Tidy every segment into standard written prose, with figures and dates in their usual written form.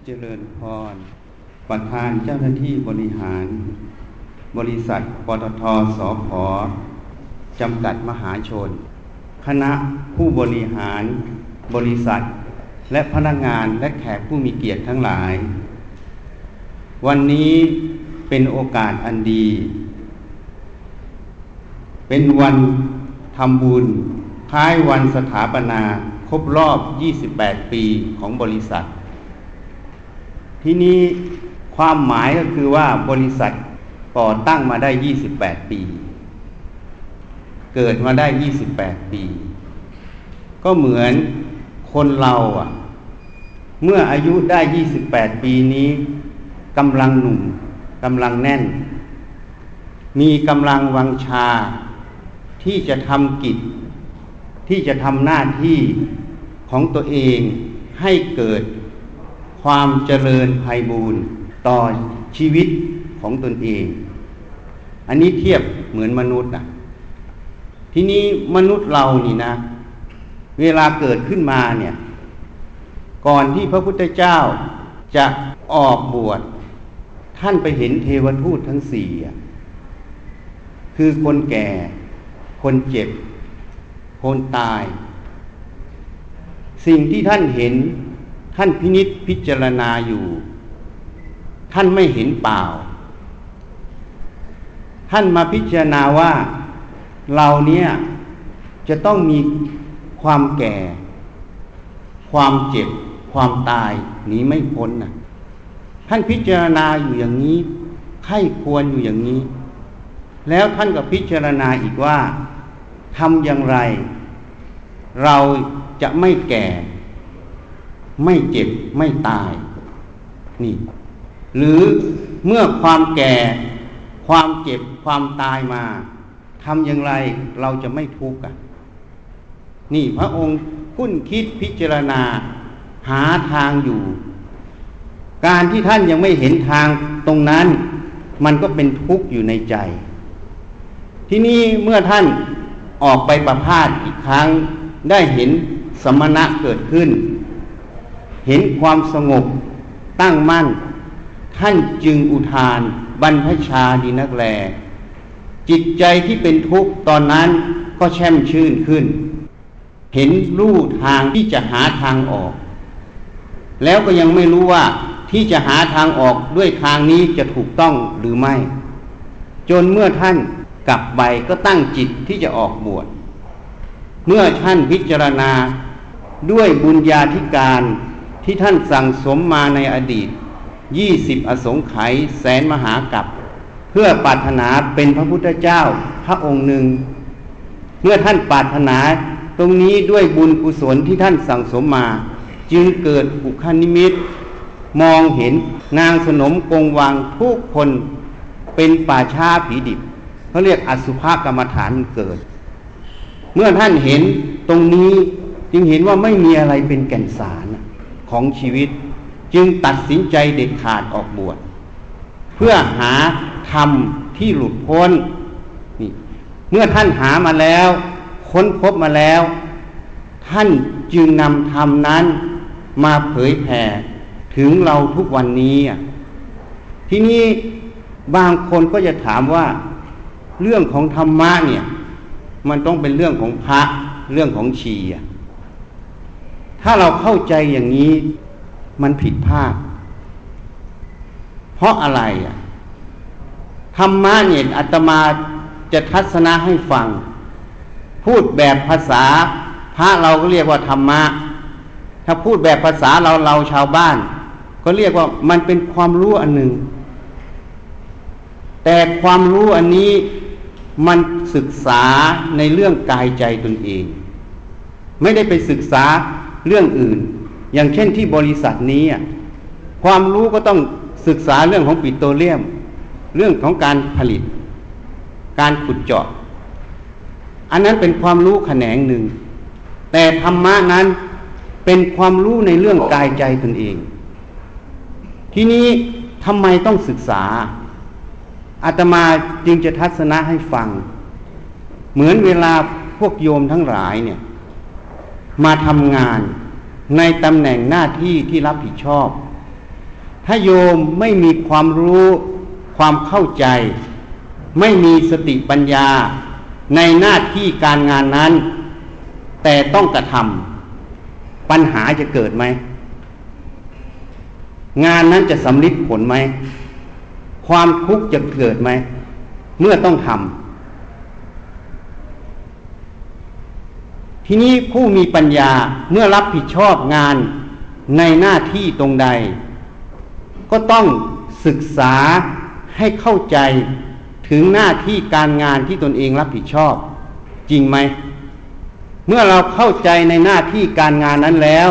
เจริญพรประธานเจ้าหน้าที่บริหารบริษัทปตท.สผ.จำกัดมหาชนคณะผู้บริหารบริษัทและพนักงานและแขกผู้มีเกียรติทั้งหลายวันนี้เป็นโอกาสอันดีเป็นวันทำบุญคล้ายวันสถาปนาครบรอบ28 ปีของบริษัทที่นี้ความหมายก็คือว่าบริษัทก่อตั้งมาได้28 ปีเกิดมาได้28 ปีก็เหมือนคนเราเมื่ออายุได้28 ปีนี้กำลังหนุ่มกำลังแน่นมีกำลังวังชาที่จะทำกิจที่จะทำหน้าที่ของตัวเองให้เกิดความเจริญไพบูรย์ต่อชีวิตของตนเองอันนี้เทียบเหมือนมนุษย์ทีนี้มนุษย์เรานี่นะเวลาเกิดขึ้นมาเนี่ยก่อนที่พระพุทธเจ้าจะออกบวชท่านไปเห็นเทวทูตทั้งสี่คือคนแก่คนเจ็บคนตายสิ่งที่ท่านเห็นท่านพินิจพิจารณาอยู่ท่านไม่เห็นเปล่าท่านมาพิจารณาว่าเราเนี่ยจะต้องมีความแก่ความเจ็บความตายหนีไม่พ้นท่านพิจารณาอยู่อย่างนี้ใคร่ควรอยู่อย่างนี้แล้วท่านก็พิจารณาอีกว่าทำอย่างไรเราจะไม่แก่ไม่เจ็บไม่ตายนี่หรือเมื่อความแก่ความเจ็บความตายมาทำอย่างไรเราจะไม่ทุกข์นี่พระองค์คุ้นคิดพิจารณาหาทางอยู่การที่ท่านยังไม่เห็นทางตรงนั้นมันก็เป็นทุกข์อยู่ในใจที่นี้เมื่อท่านออกไปประพาสอีกครั้งได้เห็นสมณะเกิดขึ้นเห็นความสงบตั้งมั่นท่านจึงอุทานบรรพชาดีนักแลจิตใจที่เป็นทุกข์ตอนนั้นก็แช่มชื่นขึ้นเห็นลู่ทางที่จะหาทางออกแล้วก็ยังไม่รู้ว่าที่จะหาทางออกด้วยทางนี้จะถูกต้องหรือไม่จนเมื่อท่านกลับไปก็ตั้งจิตที่จะออกบวชเมื่อท่านพิจารณาด้วยบุญญาธิการที่ท่านสั่งสมมาในอดีต20 อสงไขยแสนมหากัปเพื่อปรารถนาเป็นพระพุทธเจ้าพระองค์หนึ่งเมื่อท่านปรารถนาตรงนี้ด้วยบุญกุศลที่ท่านสั่งสมมาจึงเกิดอุคนิมิตมองเห็นนางสนมกงวางทุกคนเป็นป่าช้าผีดิบเขาเรียกอสุภกรรมฐานเกิดเมื่อท่านเห็นตรงนี้จึงเห็นว่าไม่มีอะไรเป็นแก่นสารของชีวิตจึงตัดสินใจเด็ดขาดออกบวชเพื่อหาธรรมที่หลุดพ้นนี่เมื่อท่านหามาแล้วค้นพบมาแล้วท่านจึงนำธรรมนั้นมาเผยแผ่ถึงเราทุกวันนี้ทีนี้บางคนก็จะถามว่าเรื่องของธรรมะเนี่ยมันต้องเป็นเรื่องของพระเรื่องของชีถ้าเราเข้าใจอย่างนี้มันผิดพลาดเพราะอะไรธรรมะเนี่ยอาตมาจะทัศนะให้ฟังพูดแบบภาษาพระเราก็เรียกว่าธรรมะถ้าพูดแบบภาษาเราชาวบ้านก็เรียกว่ามันเป็นความรู้อันหนึ่งแต่ความรู้อันนี้มันศึกษาในเรื่องกายใจตนเองไม่ได้ไปศึกษาเรื่องอื่นอย่างเช่นที่บริษัทนี้ความรู้ก็ต้องศึกษาเรื่องของปิโตรเลียมเรื่องของการผลิตการขุดเจาะอันนั้นเป็นความรู้แขนงหนึ่งแต่ธรรมะนั้นเป็นความรู้ในเรื่องกายใจตนเองทีนี้ทำไมต้องศึกษาอาตมาจึงจะทัศนะให้ฟังเหมือนเวลาพวกโยมทั้งหลายเนี่ยมาทำงาน ในตำแหน่งหน้าที่ที่รับผิดชอบถ้าโยมไม่มีความรู้ความเข้าใจไม่มีสติปัญญาในหน้าที่การงานนั้นแต่ต้องกระทำปัญหาจะเกิดไหมงานนั้นจะสำลิดผลไหมความทุกข์จะเกิดไหมเมื่อต้องทำทีนี้ผู้มีปัญญาเมื่อรับผิดชอบงานในหน้าที่ตรงใดก็ต้องศึกษาให้เข้าใจถึงหน้าที่การงานที่ตนเองรับผิดชอบจริงไหมเมื่อเราเข้าใจในหน้าที่การงานนั้นแล้ว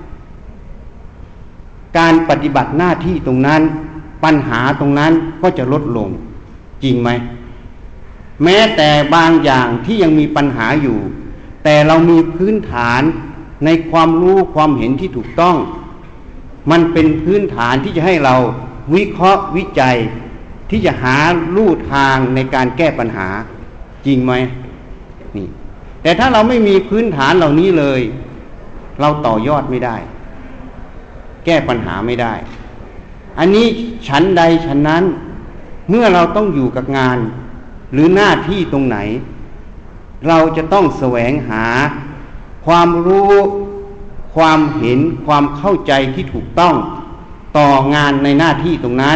การปฏิบัติหน้าที่ตรงนั้นปัญหาตรงนั้นก็จะลดลงจริงไหมแม้แต่บางอย่างที่ยังมีปัญหาอยู่แต่เรามีพื้นฐานในความรู้ความเห็นที่ถูกต้องมันเป็นพื้นฐานที่จะให้เราวิเคราะห์วิจัยที่จะหาลู่ทางในการแก้ปัญหาจริงไหมนี่แต่ถ้าเราไม่มีพื้นฐานเหล่านี้เลยเราต่อยอดไม่ได้แก้ปัญหาไม่ได้อันนี้ฉันใดฉันนั้นเมื่อเราต้องอยู่กับงานหรือหน้าที่ตรงไหนเราจะต้องแสวงหาความรู้ความเห็นความเข้าใจที่ถูกต้องต่องานในหน้าที่ตรงนั้น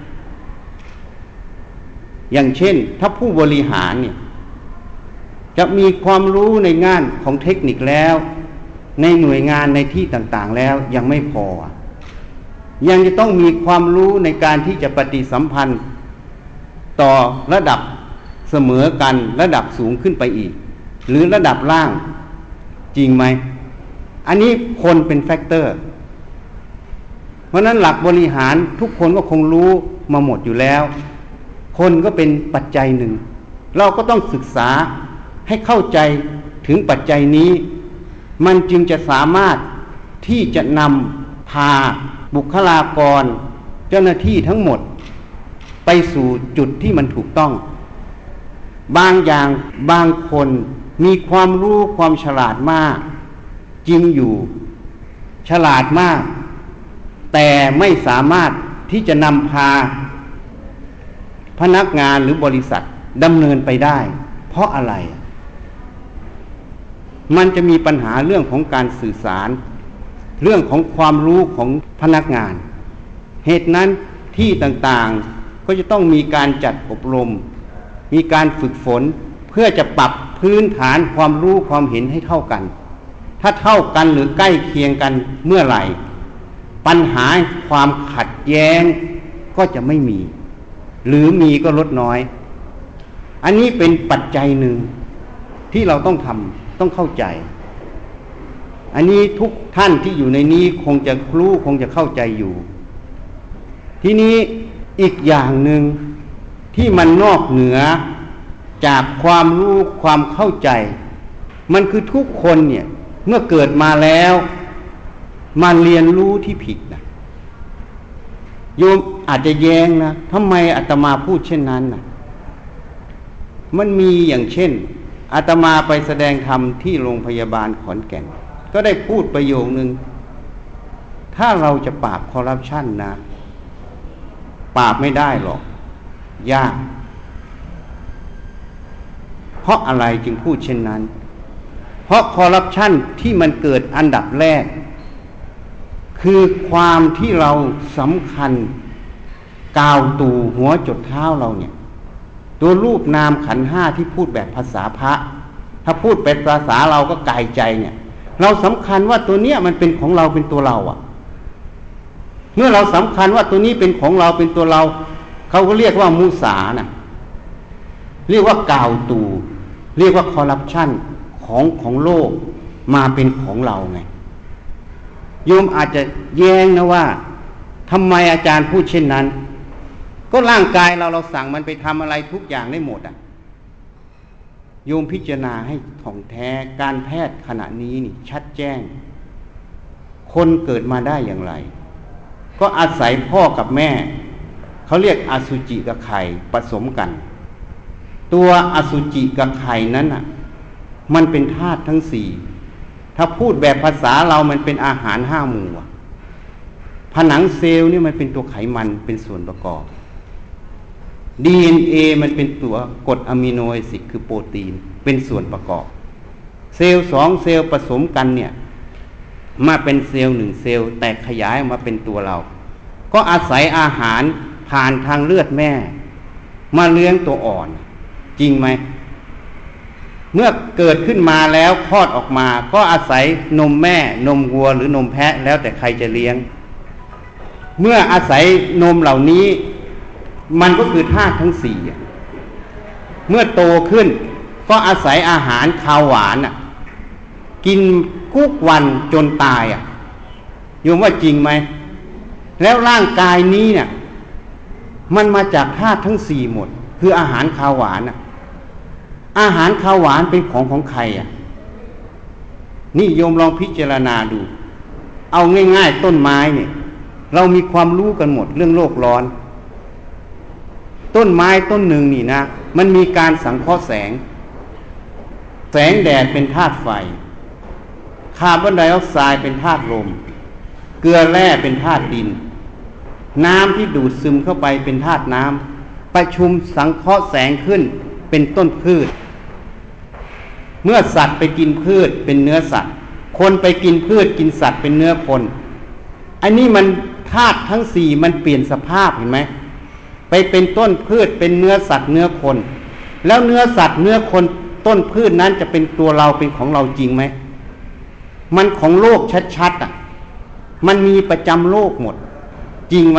อย่างเช่นถ้าผู้บริหารเนี่ยจะมีความรู้ในงานของเทคนิคแล้วในหน่วยงานในที่ต่างๆแล้วยังไม่พอยังจะต้องมีความรู้ในการที่จะปฏิสัมพันธ์ต่อระดับเสมอกันระดับสูงขึ้นไปอีกหรือระดับล่างจริงไหมอันนี้คนเป็นแฟกเตอร์เพราะนั้นหลักบริหารทุกคนก็คงรู้มาหมดอยู่แล้วคนก็เป็นปัจจัยหนึ่งเราก็ต้องศึกษาให้เข้าใจถึงปัจจัยนี้มันจึงจะสามารถที่จะนำพาบุคลากรเจ้าหน้าที่ทั้งหมดไปสู่จุดที่มันถูกต้องบางอย่างบางคนมีความรู้ความฉลาดมากจริงอยู่ฉลาดมากแต่ไม่สามารถที่จะนำพาพนักงานหรือบริษัทดำเนินไปได้เพราะอะไรมันจะมีปัญหาเรื่องของการสื่อสารเรื่องของความรู้ของพนักงานเหตุนั้นที่ต่างๆก็จะต้องมีการจัดอบรมมีการฝึกฝนเพื่อจะปรับพื้นฐานความรู้ความเห็นให้เท่ากันถ้าเท่ากันหรือใกล้เคียงกันเมื่อไหร่ปัญหาความขัดแย้งก็จะไม่มีหรือมีก็ลดน้อยอันนี้เป็นปัจจัยหนึ่งที่เราต้องทำต้องเข้าใจอันนี้ทุกท่านที่อยู่ในนี้คงจะรู้คงจะเข้าใจอยู่ทีนี้อีกอย่างหนึ่งที่มันนอกเหนือจากความรู้ความเข้าใจมันคือทุกคนเนี่ยเมื่อเกิดมาแล้วมาเรียนรู้ที่ผิดนะโยมอาจจะแย้งนะทำไมอาตมาพูดเช่นนั้นนะมันมีอย่างเช่นอาตมาไปแสดงธรรมที่โรงพยาบาลขอนแก่นก็ได้พูดประโยคนึงถ้าเราจะปราบคอร์รัปชันนะปราบไม่ได้หรอกยากเพราะอะไรจึงพูดเช่นนั้นเพราะคอร์รัปชันที่มันเกิดอันดับแรกคือความที่เราสำคัญกาวตูหัวจดเท้าเราเนี่ยตัวรูปนามขันธ์ห้าที่พูดแบบภาษาพระถ้าพูดเป็นภาษาเราก็กายใจเนี่ยเราสำคัญว่าตัวเนี้ยมันเป็นของเราเป็นตัวเราอ่ะเมื่อเราสำคัญว่าตัวนี้เป็นของเราเป็นตัวเราเขาก็เรียกว่ามุสานะเรียกว่ากาวตูเรียกว่าคอร์รัปชันของโลกมาเป็นของเราไงโยมอาจจะแย้งนะว่าทำไมอาจารย์พูดเช่นนั้นก็ร่างกายเราสั่งมันไปทำอะไรทุกอย่างได้หมดอ่ะโยมพิจารณาให้ถ่องแท้การแพทย์ขณะนี้นี่ชัดแจ้งคนเกิดมาได้อย่างไรก็อาศัยพ่อกับแม่เขาเรียกอสุจิกับไข่ผสมกันตัวอสุจิกับไข่นั้นอ่ะมันเป็นธาตุทั้งสี่ถ้าพูดแบบภาษาเรามันเป็นอาหารห้าหมู่ผนังเซลล์นี่มันเป็นตัวไขมันเป็นส่วนประกอบ DNA มันเป็นตัวกรดอะมิโนแอซิดคือโปรตีนเป็นส่วนประกอบ เซลล์2เซลล์ผสมกันเนี่ยมาเป็นเซลล์1เซลล์แตกขยายออกมาเป็นตัวเราก็อาศัยอาหารผ่านทางเลือดแม่มาเลี้ยงตัวอ่อนจริงไหมเมื่อเกิดขึ้นมาแล้วคลอดออกมาก็อาศัยนมแม่นมวัวหรือนมแพะแล้วแต่ใครจะเลี้ยงเมื่ออาศัยนมเหล่านี้มันก็คือธาตุทั้งสี่เมื่อโตขึ้นก็อาศัยอาหารคาวหวานกินทุกวันจนตายโยมว่าจริงไหมแล้วร่างกายนี้เนี่ยมันมาจากธาตุทั้งสี่หมดคืออาหารคาวหวานอาหารคาวหวานเป็นของใครนี่โยมลองพิจารณาดูเอาง่ายๆต้นไม้เนี่ยเรามีความรู้กันหมดเรื่องโลกร้อนต้นไม้ต้นหนึ่งนี่นะมันมีการสังเคราะห์แสงแดดเป็นธาตุไฟคาร์บอนไดออกไซด์เป็นธาตุลมเกลือแร่เป็นธาตุดินน้ำที่ดูดซึมเข้าไปเป็นธาตุน้ำประชุมสังเคราะห์แสงขึ้นเป็นต้นพืชเมื่อสัตว์ไปกินพืชเป็นเนื้อสัตว์คนไปกินพืชกินสัตว์เป็นเนื้อคนอันนี้มันธาตุทั้งสี่มันเปลี่ยนสภาพเห็นไหมไปเป็นต้นพืชเป็นเนื้อสัตว์เนื้อคนแล้วเนื้อสัตว์เนื้อคนต้นพืชนั้นจะเป็นตัวเราเป็นของเราจริงไหมมันของโลกชัดๆมันมีประจำโลกหมดจริงไหม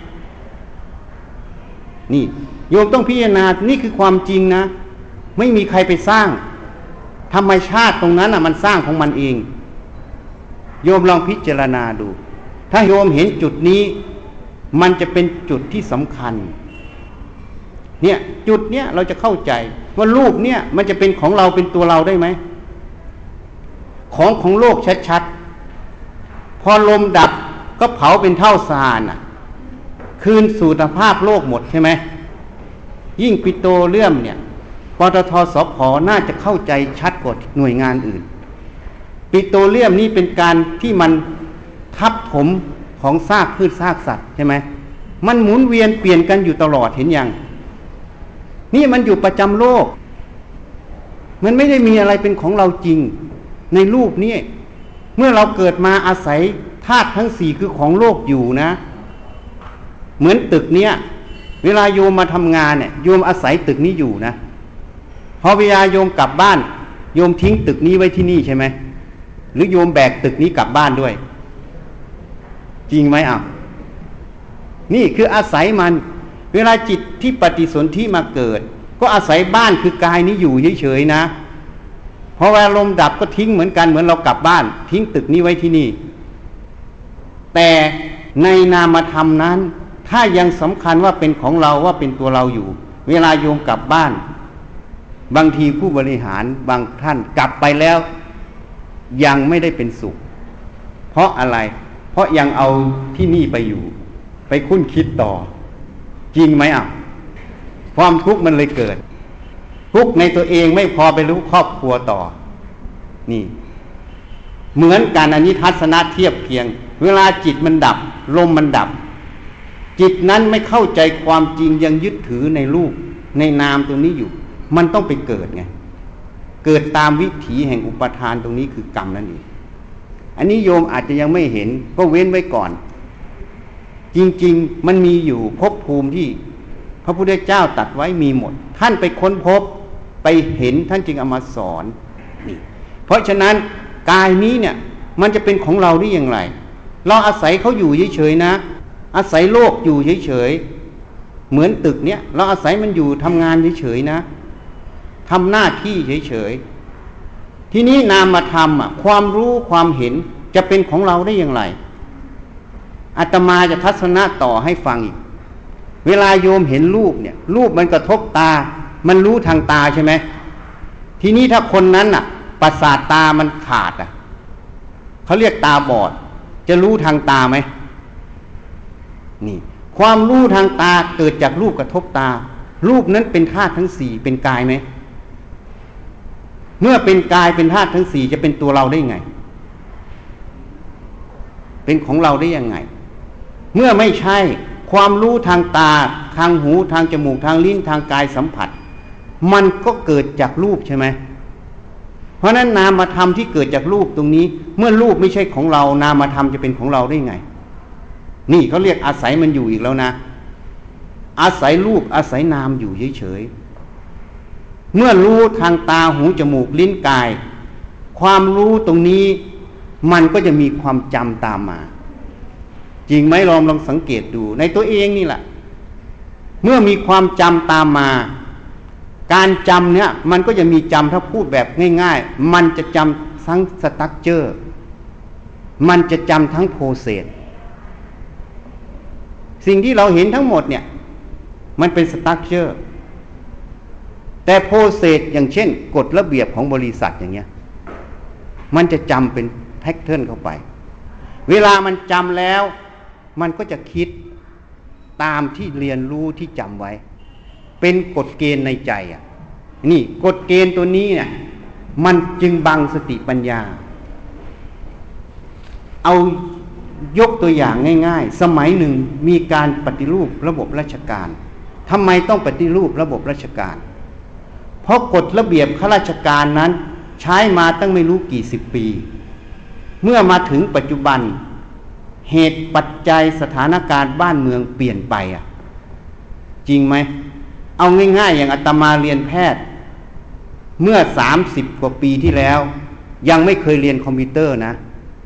นี่โยมต้องพิจารณานี่คือความจริงนะไม่มีใครไปสร้างธรรมชาติตรงนั้นมันสร้างของมันเองโยมลองพิจารณาดูถ้าโยมเห็นจุดนี้มันจะเป็นจุดที่สำคัญเนี่ยจุดเนี้ยเราจะเข้าใจว่ารูปเนี่ยมันจะเป็นของเราเป็นตัวเราได้ไหมของโลกชัดๆพอลมดับก็เผาเป็นเท่าทานคืนสู่สภาพโลกหมดใช่ไหมยิ่งปิโตรเลียมเนี่ยปตท.สผ.น่าจะเข้าใจชัดกว่าหน่วยงานอื่นปิโตรเลียมนี่เป็นการที่มันทับถมของซากพืชซากสัตว์ใช่ไหมมันหมุนเวียนเปลี่ยนกันอยู่ตลอดเห็นยังนี่มันอยู่ประจำโลกมันไม่ได้มีอะไรเป็นของเราจริงในรูปนี้เมื่อเราเกิดมาอาศัยธาตุทั้งสี่คือของโลกอยู่นะเหมือนตึกเนี้ยเวลาโยมมาทำงานเนี่ยโยมอาศัยตึกนี้อยู่นะพอเวลาโยมกลับบ้านโยมทิ้งตึกนี้ไว้ที่นี่ใช่ไหมหรือโยมแบกตึกนี้กลับบ้านด้วยจริงไหมนี่คืออาศัยมันเวลาจิตที่ปฏิสนธิมาเกิดก็อาศัยบ้านคือกายนี้อยู่เฉยๆนะพอเวลาลมดับก็ทิ้งเหมือนกันเหมือนเรากลับบ้านทิ้งตึกนี้ไว้ที่นี่แต่ในนามธรรมนั้นถ้ายังสำคัญว่าเป็นของเราว่าเป็นตัวเราอยู่เวลาโยมกลับบ้านบางทีผู้บริหารบางท่านกลับไปแล้วยังไม่ได้เป็นสุขเพราะอะไรเพราะยังเอาที่นี่ไปอยู่ไปคุ้นคิดต่อจริงไหมความทุกข์มันเลยเกิดทุกข์ในตัวเองไม่พอไปรู้ครอบครัวต่อนี่เหมือนกันอันนี้ทัศนะเทียบเคียงเวลาจิตมันดับลมมันดับจิตนั้นไม่เข้าใจความจริงยังยึดถือในรูปในนามตัวนี้อยู่มันต้องไปเกิดไงเกิดตามวิถีแห่งอุปทานตรงนี้คือกรรมนั่นเองอันนี้โยมอาจจะยังไม่เห็นก็เว้นไว้ก่อนจริงๆมันมีอยู่ภพภูมิที่พระพุทธเจ้าตรัสไว้มีหมดท่านไปค้นพบไปเห็นท่านจึงเอามาสอนนี่เพราะฉะนั้นกายนี้เนี่ยมันจะเป็นของเราได้อย่างไรเราอาศัยเขาอยู่เฉยๆนะอาศัยโลกอยู่เฉยๆเหมือนตึกเนี้ยเราอาศัยมันอยู่ทำงานเฉยๆนะทำหน้าที่เฉยๆที่นี้นามธรรมความรู้ความเห็นจะเป็นของเราได้อย่างไรอาตมาจะทัศนะต่อให้ฟังอีกเวลาโยมเห็นรูปเนี่ยรูปมันกระทบตามันรู้ทางตาใช่ไหมทีนี้ถ้าคนนั้นประสาทตามันขาดเขาเรียกตาบอดจะรู้ทางตาไหมนี่ความรู้ทางตาเกิดจากรูปกระทบตารูปนั้นเป็นธาตุทั้งสี่เป็นกายไหมเมื่อเป็นกายเป็นธาตุทั้งสี่จะเป็นตัวเราได้ไงเป็นของเราได้ยังไงเมื่อไม่ใช่ความรู้ทางตาทางหูทางจมูกทางลิ้นทางกายสัมผัสมันก็เกิดจากรูปใช่ไหมเพราะนั้นนามธรรมที่เกิดจากรูปตรงนี้เมื่อรูปไม่ใช่ของเรานามธรรมจะเป็นของเราได้ไงนี่เขาเรียกอาศัยมันอยู่อีกแล้วนะอาศัยรูปอาศัยนามอยู่เฉยๆเมื่อรู้ทางตาหูจมูกลิ้นกายความรู้ตรงนี้มันก็จะมีความจำตามมาจริงไหมลองสังเกตดูในตัวเองนี่แหละเมื่อมีความจำตามมาการจำเนี่ยมันก็จะมีจำถ้าพูดแบบง่ายๆมันจะจำทั้งสตรัคเจอร์มันจะจำทั้งโปรเซสสิ่งที่เราเห็นทั้งหมดเนี่ยมันเป็นสตรัคเจอร์แต่โปรเซสอย่างเช่นกฎระเบียบของบริษัทอย่างเงี้ยมันจะจำเป็นแพทเทิร์นเข้าไปเวลามันจำแล้วมันก็จะคิดตามที่เรียนรู้ที่จำไว้เป็นกฎเกณฑ์ในใจอ่ะนี่กฎเกณฑ์ตัวนี้เนี่ยมันจึงบังสติปัญญาเอายกตัวอย่างง่ายๆสมัยหนึ่งมีการปฏิรูประบบราชการทำไมต้องปฏิรูประบบราชการเพราะกฎระเบียบข้าราชการนั้นใช้มาตั้งไม่รู้กี่สิบปีเมื่อมาถึงปัจจุบันเหตุปัจจัยสถานการณ์บ้านเมืองเปลี่ยนไปอ่ะจริงไหมเอาง่ายๆอย่างอาตมาเรียนแพทย์เมื่อ30 กว่าปีที่แล้วยังไม่เคยเรียนคอมพิวเตอร์นะ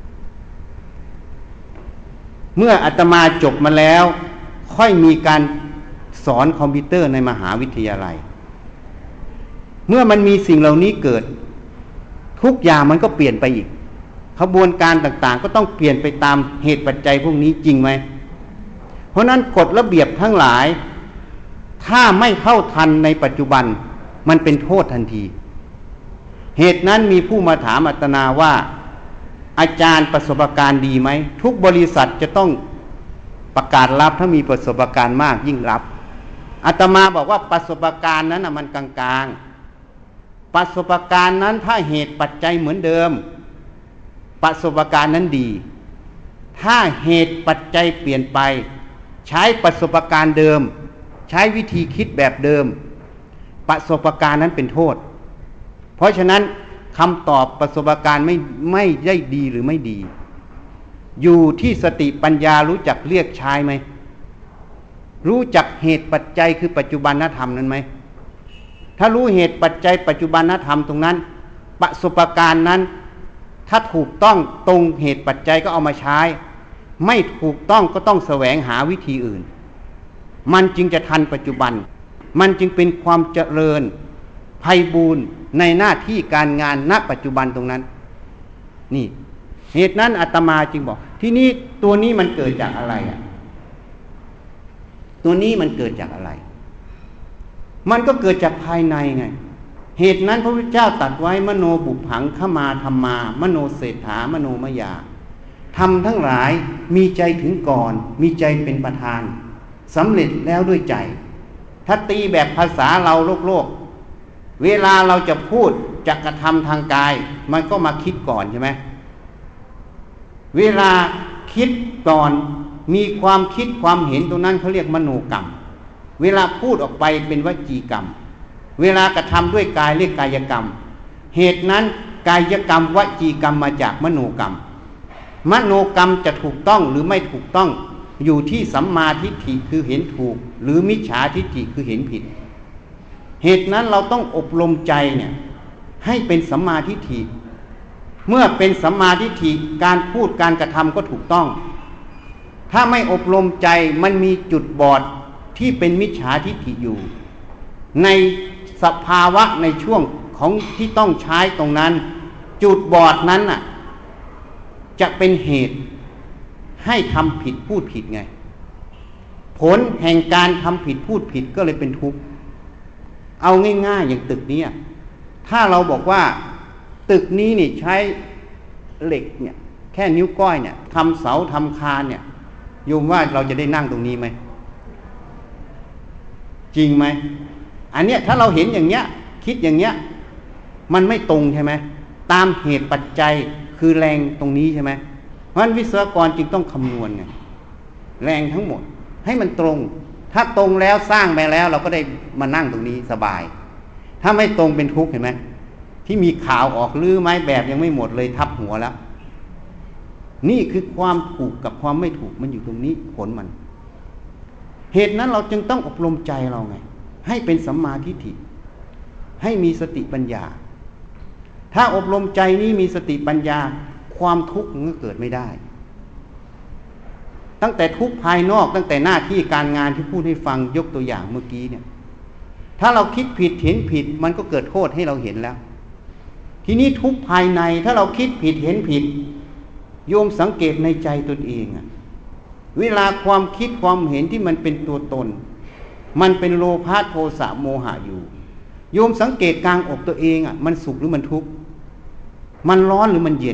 เมื่ออาตมาจบมาแล้วค่อยมีการสอนคอมพิวเตอร์ในมหาวิทยาลัยเมื่อมันมีสิ่งเหล่านี้เกิดทุกอย่างมันก็เปลี่ยนไปอีกขบวนการต่างๆก็ต้องเปลี่ยนไปตามเหตุปัจจัยพวกนี้จริงไหมเพราะนั้นกฎระเบียบทั้งหลายถ้าไม่เข้าทันในปัจจุบันมันเป็นโทษทันทีเหตุนั้นมีผู้มาถามอาตมาว่าอาจารย์ประสบการณ์ดีไหมทุกบริษัทจะต้องประกาศรับถ้ามีประสบการณ์มากยิ่งรับอาตมาบอกว่าประสบการณ์นั้นมันกลางๆประสบการณ์นั้นถ้าเหตุปัจจัยเหมือนเดิมประสบการณ์นั้นดีถ้าเหตุปัจจัยเปลี่ยนไปใช้ประสบการณ์เดิมใช้วิธีคิดแบบเดิมประสบการณ์นั้นเป็นโทษเพราะฉะนั้นคำตอบประสบการณ์ไม่ได้ดีหรือไม่ดีอยู่ที่สติปัญญารู้จักเรียกใช้ไหมรู้จักเหตุปัจจัยคือปัจจุบันธรรมนั้นไหมถ้ารู้เหตุปัจจัยปัจจุบันธรรมตรงนั้นประสบการณ์นั้นถ้าถูกต้องตรงเหตุปัจจัยก็เอามาใช้ไม่ถูกต้องก็ต้องแสวงหาวิธีอื่นมันจึงจะทันปัจจุบันมันจึงเป็นความเจริญไพบูรณ์ในหน้าที่การงานณปัจจุบันตรงนั้นนี่เหตุนั้นอาตมาจึงบอกที่นี่ตัวนี้มันเกิดจากอะไรอ่ะตัวนี้มันเกิดจากอะไรมันก็เกิดจากภายในไงเหตุนั้นพระพุทธเจ้าตรัสไว้มโนบุพผังขมาธัมมามโนเศรษฐามโนมยาธรรมทั้งหลายมีใจถึงก่อนมีใจเป็นประธานสำเร็จแล้วด้วยใจถ้าตีแบบภาษาเราโลกเวลาเราจะพูดจะกระทำทางกายมันก็มาคิดก่อนใช่ไหมเวลาคิดก่อนมีความคิดความเห็นตรงนั้นเขาเรียกมโนกรรมเวลาพูดออกไปเป็นวจีกรรมเวลากระทำด้วยกายเรียกกายกรรมเหตุนั้นกายกรรมวจีกรรมมาจากมโนกรรมมโนกรรมจะถูกต้องหรือไม่ถูกต้องอยู่ที่สัมมาทิฏฐิคือเห็นถูกหรือมิจฉาทิฏฐิคือเห็นผิดเหตุนั้นเราต้องอบรมใจเนี่ยให้เป็นสัมมาทิฏฐิเมื่อเป็นสัมมาทิฏฐิการพูดการกระทำก็ถูกต้องถ้าไม่อบรมใจมันมีจุดบอดที่เป็นมิจฉาทิฏฐิอยู่ในสภาวะในช่วงของที่ต้องใช้ตรงนั้นจุดบอดนั้นน่ะจะเป็นเหตุให้ทำผิดพูดผิดไงผลแห่งการทำผิดพูดผิดก็เลยเป็นทุกข์เอาง่ายๆอย่างตึกนี้ถ้าเราบอกว่าตึกนี้นี่ใช้เหล็กเนี่ยแค่นิ้วก้อยเนี่ยทำเสาทำคานเนี่ยโยมว่าเราจะได้นั่งตรงนี้ไหมจริงไหมอันเนี้ยถ้าเราเห็นอย่างเงี้ยคิดอย่างเงี้ยมันไม่ตรงใช่ไหมตามเหตุปัจจัยคือแรงตรงนี้ใช่ไหมเพราะฉะนั้นวิศวกรจึงต้องคำนวณไงแรงทั้งหมดให้มันตรงถ้าตรงแล้วสร้างไปแล้วเราก็ได้มานั่งตรงนี้สบายถ้าไม่ตรงเป็นทุกข์เห็นไหมที่มีข่าวออกลื้อไม้แบบยังไม่หมดเลยทับหัวแล้วนี่คือความถูกกับความไม่ถูกมันอยู่ตรงนี้ผลมันเหตุนั้นเราจึงต้องอบรมใจเราไงให้เป็นสัมมาทิฏฐิให้มีสติปัญญาถ้าอบรมใจนี้มีสติปัญญาความทุกข์มันก็เกิดไม่ได้ตั้งแต่ทุกข์ภายนอกตั้งแต่หน้าที่การงานที่พูดให้ฟังยกตัวอย่างเมื่อกี้เนี่ยถ้าเราคิดผิดเห็นผิดมันก็เกิดโทษให้เราเห็นแล้วทีนี้ทุกข์ภายในถ้าเราคิดผิดเห็นผิดโยมสังเกตในใจตนเองอะเวลาความคิดความเห็นที่มันเป็นตัวตนมันเป็นโลภะโทสะโมหะอยู่โยมสังเกตกลางอกตัวเองอะมันสุขหรือมันทุกข์มันร้อนหรือมันเย็น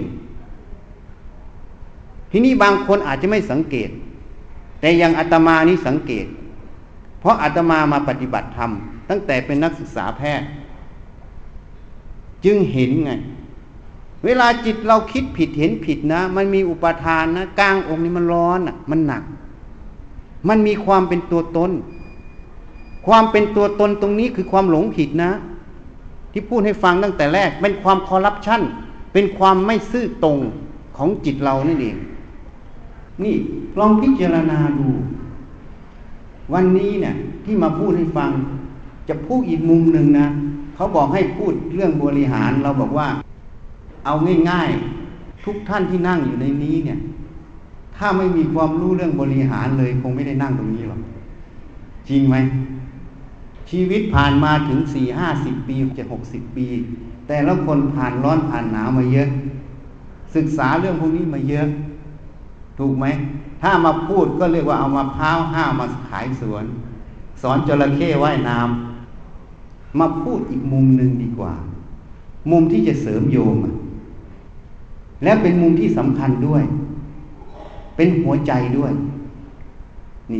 ทีนี้บางคนอาจจะไม่สังเกตแต่อย่างอาตมานี่สังเกตเพราะอาตมามาปฏิบัติธรรมตั้งแต่เป็นนักศึกษาแพทย์จึงเห็นไงเวลาจิตเราคิดผิดเห็นผิดนะมันมีอุปาทานนะกลางอกนี่มันร้อนอ่ะมันหนักมันมีความเป็นตัวตนความเป็นตัวตนตรงนี้คือความหลงผิดนะที่พูดให้ฟังตั้งแต่แรกเป็นความคอร์รัปชันเป็นความไม่ซื่อตรงของจิตเรานั่นเองนี่ลองพิจารณาดูวันนี้เนี่ยที่มาพูดให้ฟังจะพูดอีกมุมหนึ่งนะเขาบอกให้พูดเรื่องบริหารเราบอกว่าเอาง่ายๆทุกท่านที่นั่งอยู่ในนี้เนี่ยถ้าไม่มีความรู้เรื่องบริหารเลยคงไม่ได้นั่งตรงนี้หรอกจริงไหมชีวิตผ่านมาถึง40-50 ปีจะ60 ปีแต่ละคนผ่านร้อนผ่านหนาวมาเยอะศึกษาเรื่องพวกนี้มาเยอะถูกไหมถ้ามาพูดก็เรียกว่าเอามาพร้าวห้ามาขายสวนสอนจระเข้ว่ายน้ำมาพูดอีกมุมหนึ่งดีกว่ามุมที่จะเสริมโยมและเป็นมุมที่สำคัญด้วยเป็นหัวใจด้วยนี่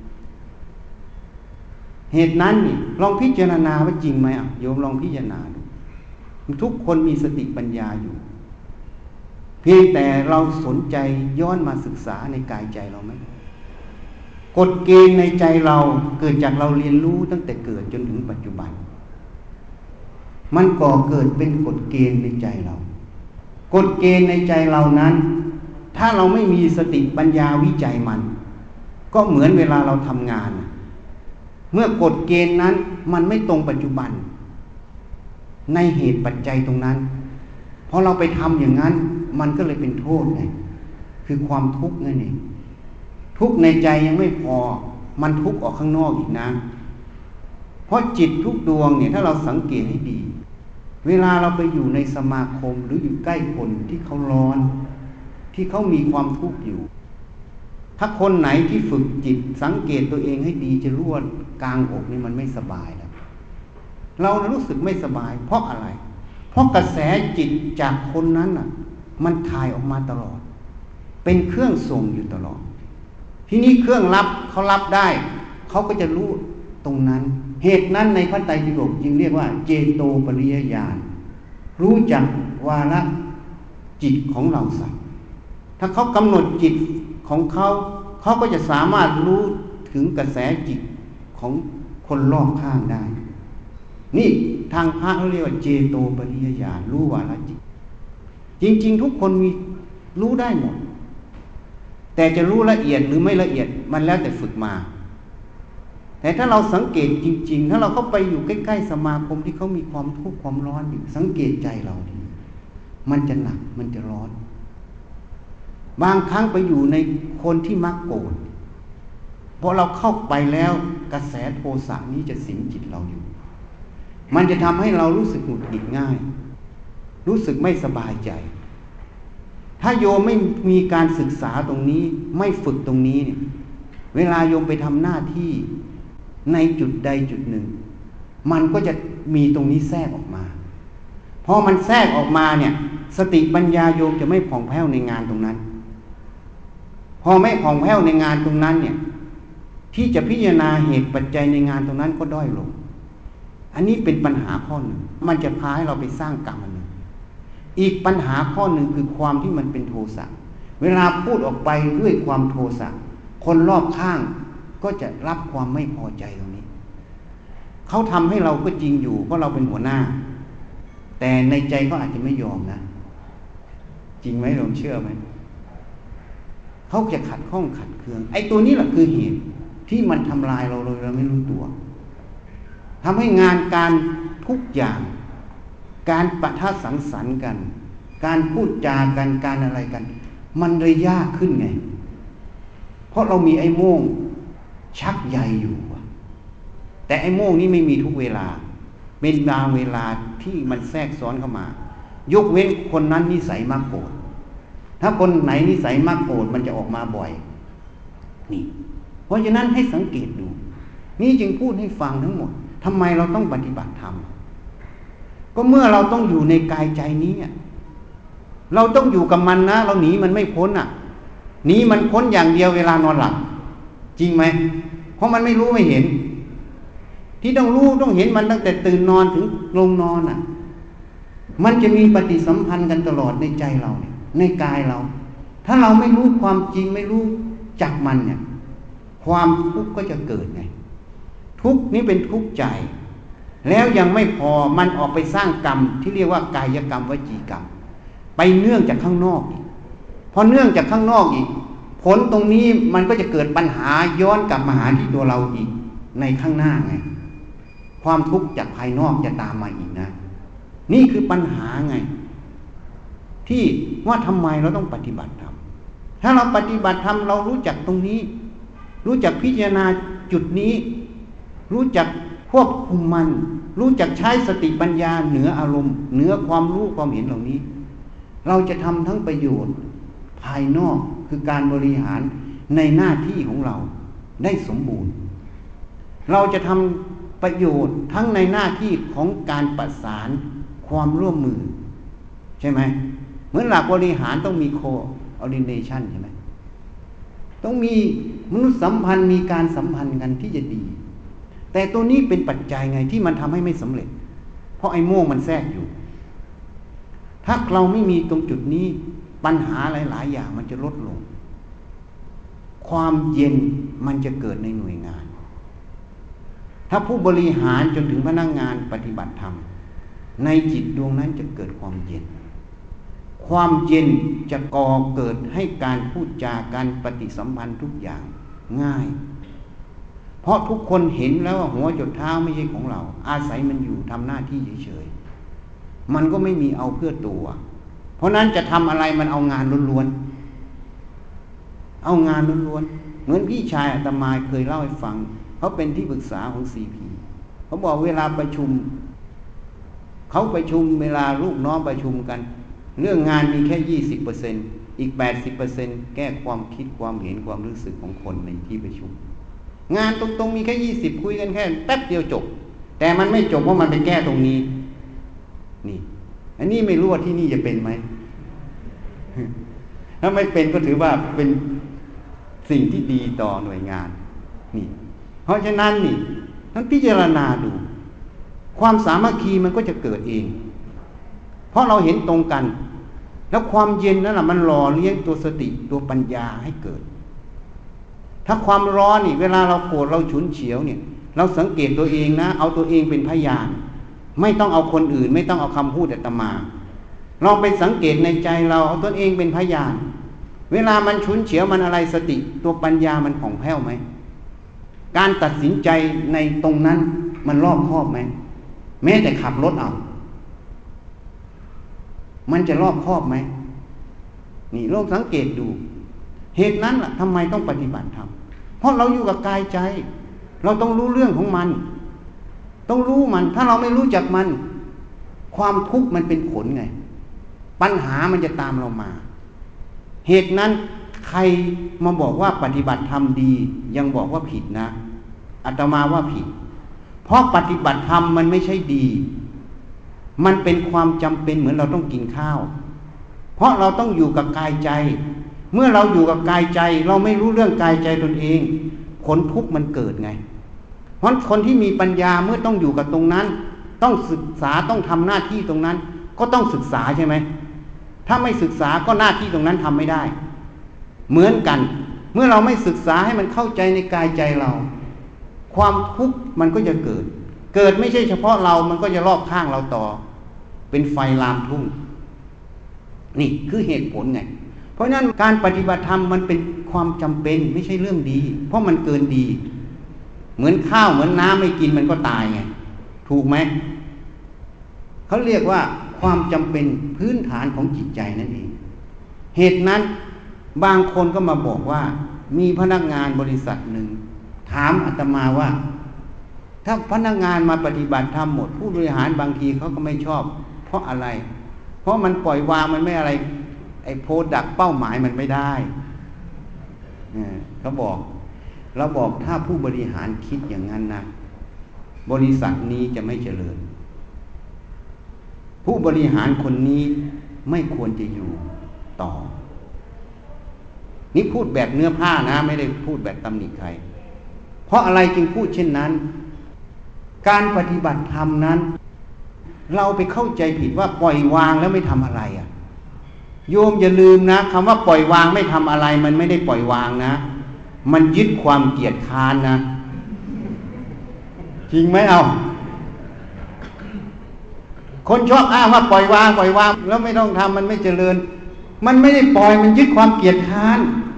เหตุนั้นนี่ลองพิจารณาว่าจริงไหมโยมลองพิจารณาดูทุกคนมีสติปัญญาอยู่เพียงแต่เราสนใจย้อนมาศึกษาในกายใจเราไหมกฎเกณฑ์ในใจเราเกิดจากเราเรียนรู้ตั้งแต่เกิดจนถึงปัจจุบันมันก่อเกิดเป็นกฎเกณฑ์ในใจเรากฎเกณฑ์ในใจเรานั้นถ้าเราไม่มีสติปัญญาวิจัยมันก็เหมือนเวลาเราทำงานเมื่อกฎเกณฑ์นั้นมันไม่ตรงปัจจุบันในเหตุปัจจัยตรงนั้นพอเราไปทำอย่างนั้นมันก็เลยเป็นโทษไงคือความทุกข์นั่นเองทุกข์ในใจยังไม่พอมันทุกข์ออกข้างนอกอีกนะเพราะจิตทุกดวงเนี่ยถ้าเราสังเกตให้ดีเวลาเราไปอยู่ในสมาคมหรืออยู่ใกล้คนที่เขาร้อนที่เขามีความทุกข์อยู่ถ้าคนไหนที่ฝึกจิตสังเกตตัวเองให้ดีจะรู้ว่ากลางอกนี่มันไม่สบายแล้วเรารู้สึกไม่สบายเพราะอะไรเพราะกระแสจิตจากคนนั้นน่ะมันถ่ายออกมาตลอดเป็นเครื่องส่งอยู่ตลอดทีนี้เครื่องรับเขารับได้เขาก็จะรู้ตรงนั้นเหตุนั้นในพระไตรปิฎกจึงเรียกว่าเจโตปริยญาณรู้จักวาระจิตของเราสักถ้าเขากำหนดจิตของเขาเขาก็จะสามารถรู้ถึงกระแสจิตของคนรอบข้างได้นี่ทางพระเขาเรียกว่าเจโตปริยญาณรู้วาระจิตจริงๆทุกคนมีรู้ได้หมดแต่จะรู้ละเอียดหรือไม่ละเอียดมันแล้วแต่ฝึกมาแต่ถ้าเราสังเกตจริงๆถ้าเราเข้าไปอยู่ใกล้ๆสมาคมที่เขามีความทุกข์ความร้อนอยู่สังเกตใจเราดีมันจะหนักมันจะร้อนบางครั้งไปอยู่ในคนที่มักโกรธพอเราเข้าไปแล้วกระแสโทสะนี้จะสิงจิตเราอยู่มันจะทำให้เรารู้สึกหงุดหงิดง่ายรู้สึกไม่สบายใจถ้าโยมไม่มีการศึกษาตรงนี้ไม่ฝึกตรงนี้เนี่ยเวลาโยมไปทำหน้าที่ในจุดใดจุดหนึ่งมันก็จะมีตรงนี้แทรกออกมาพอมันแทรกออกมาเนี่ยสติปัญญาโยมจะไม่ผ่องแผ้วในงานตรงนั้นพอไม่ผ่องแผ้วในงานตรงนั้นเนี่ยที่จะพิจารณาเหตุปัจจัยในงานตรงนั้นก็ด้อยลงอันนี้เป็นปัญหาข้อหนึ่งมันจะพาให้เราไปสร้างกรรมอันหนึ่งอีกปัญหาข้อหนึ่งคือความที่มันเป็นโทสะเวลาพูดออกไปด้วยความโทสะคนรอบข้างก็จะรับความไม่พอใจตรงนี้เขาทำให้เราก็จริงอยู่เพราะเราเป็นหัวหน้าแต่ในใจเขาอาจจะไม่ยอมนะจริงไหมลองเชื่อไหมเขาจะขัดข้องขัดเคืองไอ้ตัวนี้แหละคือเหตุที่มันทำลายเราโดยเราไม่รู้ตัวทำให้งานการทุกอย่างการปะทะสังสรรค์กันการพูดจากันการอะไรกันมันเลยยากขึ้นไงเพราะเรามีไอ้โม่งชักใยอยู่แต่ไอ้โม่งนี้ไม่มีทุกเวลาเป็นบางเวลาที่มันแทรกซ้อนเข้ามายกเว้นคนนั้นนิสัยมักโกรธถ้าคนไหนนิสัยมักโกรธมันจะออกมาบ่อยนี่เพราะฉะนั้นให้สังเกตดูนี่จึงพูดให้ฟังทั้งหมดทำไมเราต้องปฏิบัติธรรมก็เมื่อเราต้องอยู่ในกายใจนี้เราต้องอยู่กับมันนะเราหนีมันไม่พ้นหนีมันพ้นอย่างเดียวเวลานอนหลับจริงไหมเพราะมันไม่รู้ไม่เห็นที่ต้องรู้ต้องเห็นมันตั้งแต่ตื่นนอนถึงลงนอนมันจะมีปฏิสัมพันธ์กันตลอดในใจเราเนี่ยในกายเราถ้าเราไม่รู้ความจริงไม่รู้จักมันเนี่ยความทุกข์ก็จะเกิดไงทุกข์นี้เป็นทุกข์ใจแล้วยังไม่พอมันออกไปสร้างกรรมที่เรียกว่ากายกรรมวจีกรรมไปเนื่องจากข้างนอกอีกพอเนื่องจากข้างนอกอีกผลตรงนี้มันก็จะเกิดปัญหาย้อนกลับมาหาที่ตัวเราอีกในข้างหน้าไงความทุกข์จากภายนอกจะตามมาอีกนะนี่คือปัญหาไงที่ว่าทำไมเราต้องปฏิบัติธรรมถ้าเราปฏิบัติธรรมเรารู้จักตรงนี้รู้จักพิจารณาจุดนี้รู้จักควบคุมมันรู้จักใช้สติปัญญาเหนืออารมณ์เหนือความรู้ความเห็นเหล่านี้เราจะทำทั้งประโยชน์ภายนอกคือการบริหารในหน้าที่ของเราได้สมบูรณ์เราจะทำประโยชน์ทั้งในหน้าที่ของการประสานความร่วมมือใช่ไหมเหมือนหลักบริหารต้องมี coordination ใช่ไหมต้องมีมนุษยสัมพันธ์มีการสัมพันธ์กันที่จะดีแต่ตัวนี้เป็นปัจจัยไงที่มันทำให้ไม่สำเร็จเพราะไอ้โม่งมันแทรกอยู่ถ้าเราไม่มีตรงจุดนี้ปัญหาหลายๆอย่างมันจะลดลงความเย็นมันจะเกิดในหน่วยงานถ้าผู้บริหารจนถึงพนักงานปฏิบัติธรรมในจิตดวงนั้นจะเกิดความเย็นความเย็นจะก่อเกิดให้การพูดจาการปฏิสัมพันธ์ทุกอย่างง่ายเพราะทุกคนเห็นแล้วว่าหัวจดเท้าไม่ใช่ของเราอาศัยมันอยู่ทำหน้าที่เฉยๆมันก็ไม่มีเอาเพื่อตัวเพราะนั้นจะทำอะไรมันเอางานล้วนๆเอางานล้วนๆเหมือนพี่ชายอาตมาเคยเล่าให้ฟังเขาเป็นที่ปรึกษาของ CP เขาบอกเวลาประชุมเขาประชุมเวลาลูกน้องประชุมกันเรื่องงานมีแค่ 20% อีก 80% แก้ความคิดความเห็นความรู้สึกของคนในที่ประชุมงานตรงๆมีแค่20คุยกันแค่แป๊บเดียวจบแต่มันไม่จบเพราะมันไปแก้ตรงนี้นี่อันนี้ไม่รู้ว่าที่นี่จะเป็นไหมถ้าไม่เป็นก็ถือว่าเป็นสิ่งที่ดีต่อหน่วยงานนี่เพราะฉะนั้นนี่ท่านพิจารณาดูความสามัคคีมันก็จะเกิดเองเพราะเราเห็นตรงกันแล้วความเย็นนั่นแหละมันหล่อเลี้ยงตัวสติตัวปัญญาให้เกิดถ้าความร้อนนี่เวลาเราโกรธเราฉุนเฉียวเนี่ยเราสังเกตตัวเองนะเอาตัวเองเป็นพยานไม่ต้องเอาคนอื่นไม่ต้องเอาคำพูดอาตมาลองไปสังเกตในใจเราเอาตัวเองเป็นพยานเวลามันฉุนเฉียวมันอะไรสติตัวปัญญามันผ่องแผ้วไหมการตัดสินใจในตรงนั้นมันรอบคอบไหมแม้แต่ขับรถเอามันจะรอบคอบไหมนี่ลองสังเกตดูเหตุนั้นล่ะทำไมต้องปฏิบัติธรรมเพราะเราอยู่กับกายใจเราต้องรู้เรื่องของมันต้องรู้มันถ้าเราไม่รู้จักมันความทุกข์มันเป็นผลไงปัญหามันจะตามเรามาเหตุนั้นใครมาบอกว่าปฏิบัติธรรมดียังบอกว่าผิดนะอาตมาว่าผิดเพราะปฏิบัติธรรมมันไม่ใช่ดีมันเป็นความจำเป็นเหมือนเราต้องกินข้าวเพราะเราต้องอยู่กับกายใจเมื่อเราอยู่กับกายใจเราไม่รู้เรื่องกายใจตนเองผลทุกข์มันเกิดไงเพราะคนที่มีปัญญาเมื่อต้องอยู่กับตรงนั้นต้องศึกษาต้องทำหน้าที่ตรงนั้นก็ต้องศึกษาใช่ไหมถ้าไม่ศึกษาก็หน้าที่ตรงนั้นทำไม่ได้เหมือนกันเมื่อเราไม่ศึกษาให้มันเข้าใจในกายใจเราความทุกข์มันก็จะเกิดไม่ใช่เฉพาะเรามันก็จะรอบข้างเราต่อเป็นไฟลามทุ่งนี่คือเหตุผลไงเพราะนั้นการปฏิบัติธรรมมันเป็นความจำเป็นไม่ใช่เรื่องดีเพราะมันเกินดีเหมือนข้าวเหมือนน้ำไม่กินมันก็ตายไงถูกไหมเขาเรียกว่าความจำเป็นพื้นฐานของจิตใจนั่นเองเหตุนั้นบางคนก็มาบอกว่ามีพนักงานบริษัทหนึ่งถามอาตมาว่าถ้าพนักงานมาปฏิบัติธรรมหมดผู้บริหารบางทีเขาก็ไม่ชอบเพราะอะไรเพราะมันปล่อยวางมันไม่อะไรไอ้โพดักเป้าหมายมันไม่ได้เขาบอกเราบอกถ้าผู้บริหารคิดอย่างนั้นนะบริษัทนี้จะไม่เจริญผู้บริหารคนนี้ไม่ควรจะอยู่ต่อนี่พูดแบบเนื้อผ้านะไม่ได้พูดแบบตำหนิใครเพราะอะไรจึงพูดเช่นนั้นการปฏิบัติธรรมนั้นเราไปเข้าใจผิดว่าปล่อยวางแล้วไม่ทำอะไรอ่ะโยมอย่าลืมนะคำว่าปล่อยวางไม่ทำอะไรมันไม่ได้ปล่อยวางนะมันยึดความเกียจคร้านนะจริงไหมเอาคนชอบอ้างว่าปล่อยวางแล้วไม่ต้องทำมันไม่เจริญมันไม่ได้ปล่อยมันยึดความเกียจคร้าน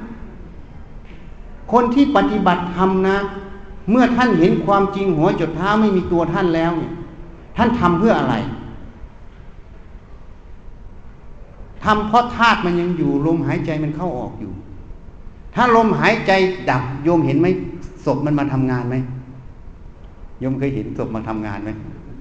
คนที่ปฏิบัติธรรมนะเมื่อท่านเห็นความจริงหัวจดเท้าไม่มีตัวท่านแล้วเนี่ยท่านทำเพื่ออะไรทำเพราะธาตุมันยังอยู่ลมหายใจมันเข้าออกอยู่ถ้าลมหายใจดับโยมเห็นไหมศพมันมาทำงานไหมโยมเคยเห็นศพมาทำงานไหม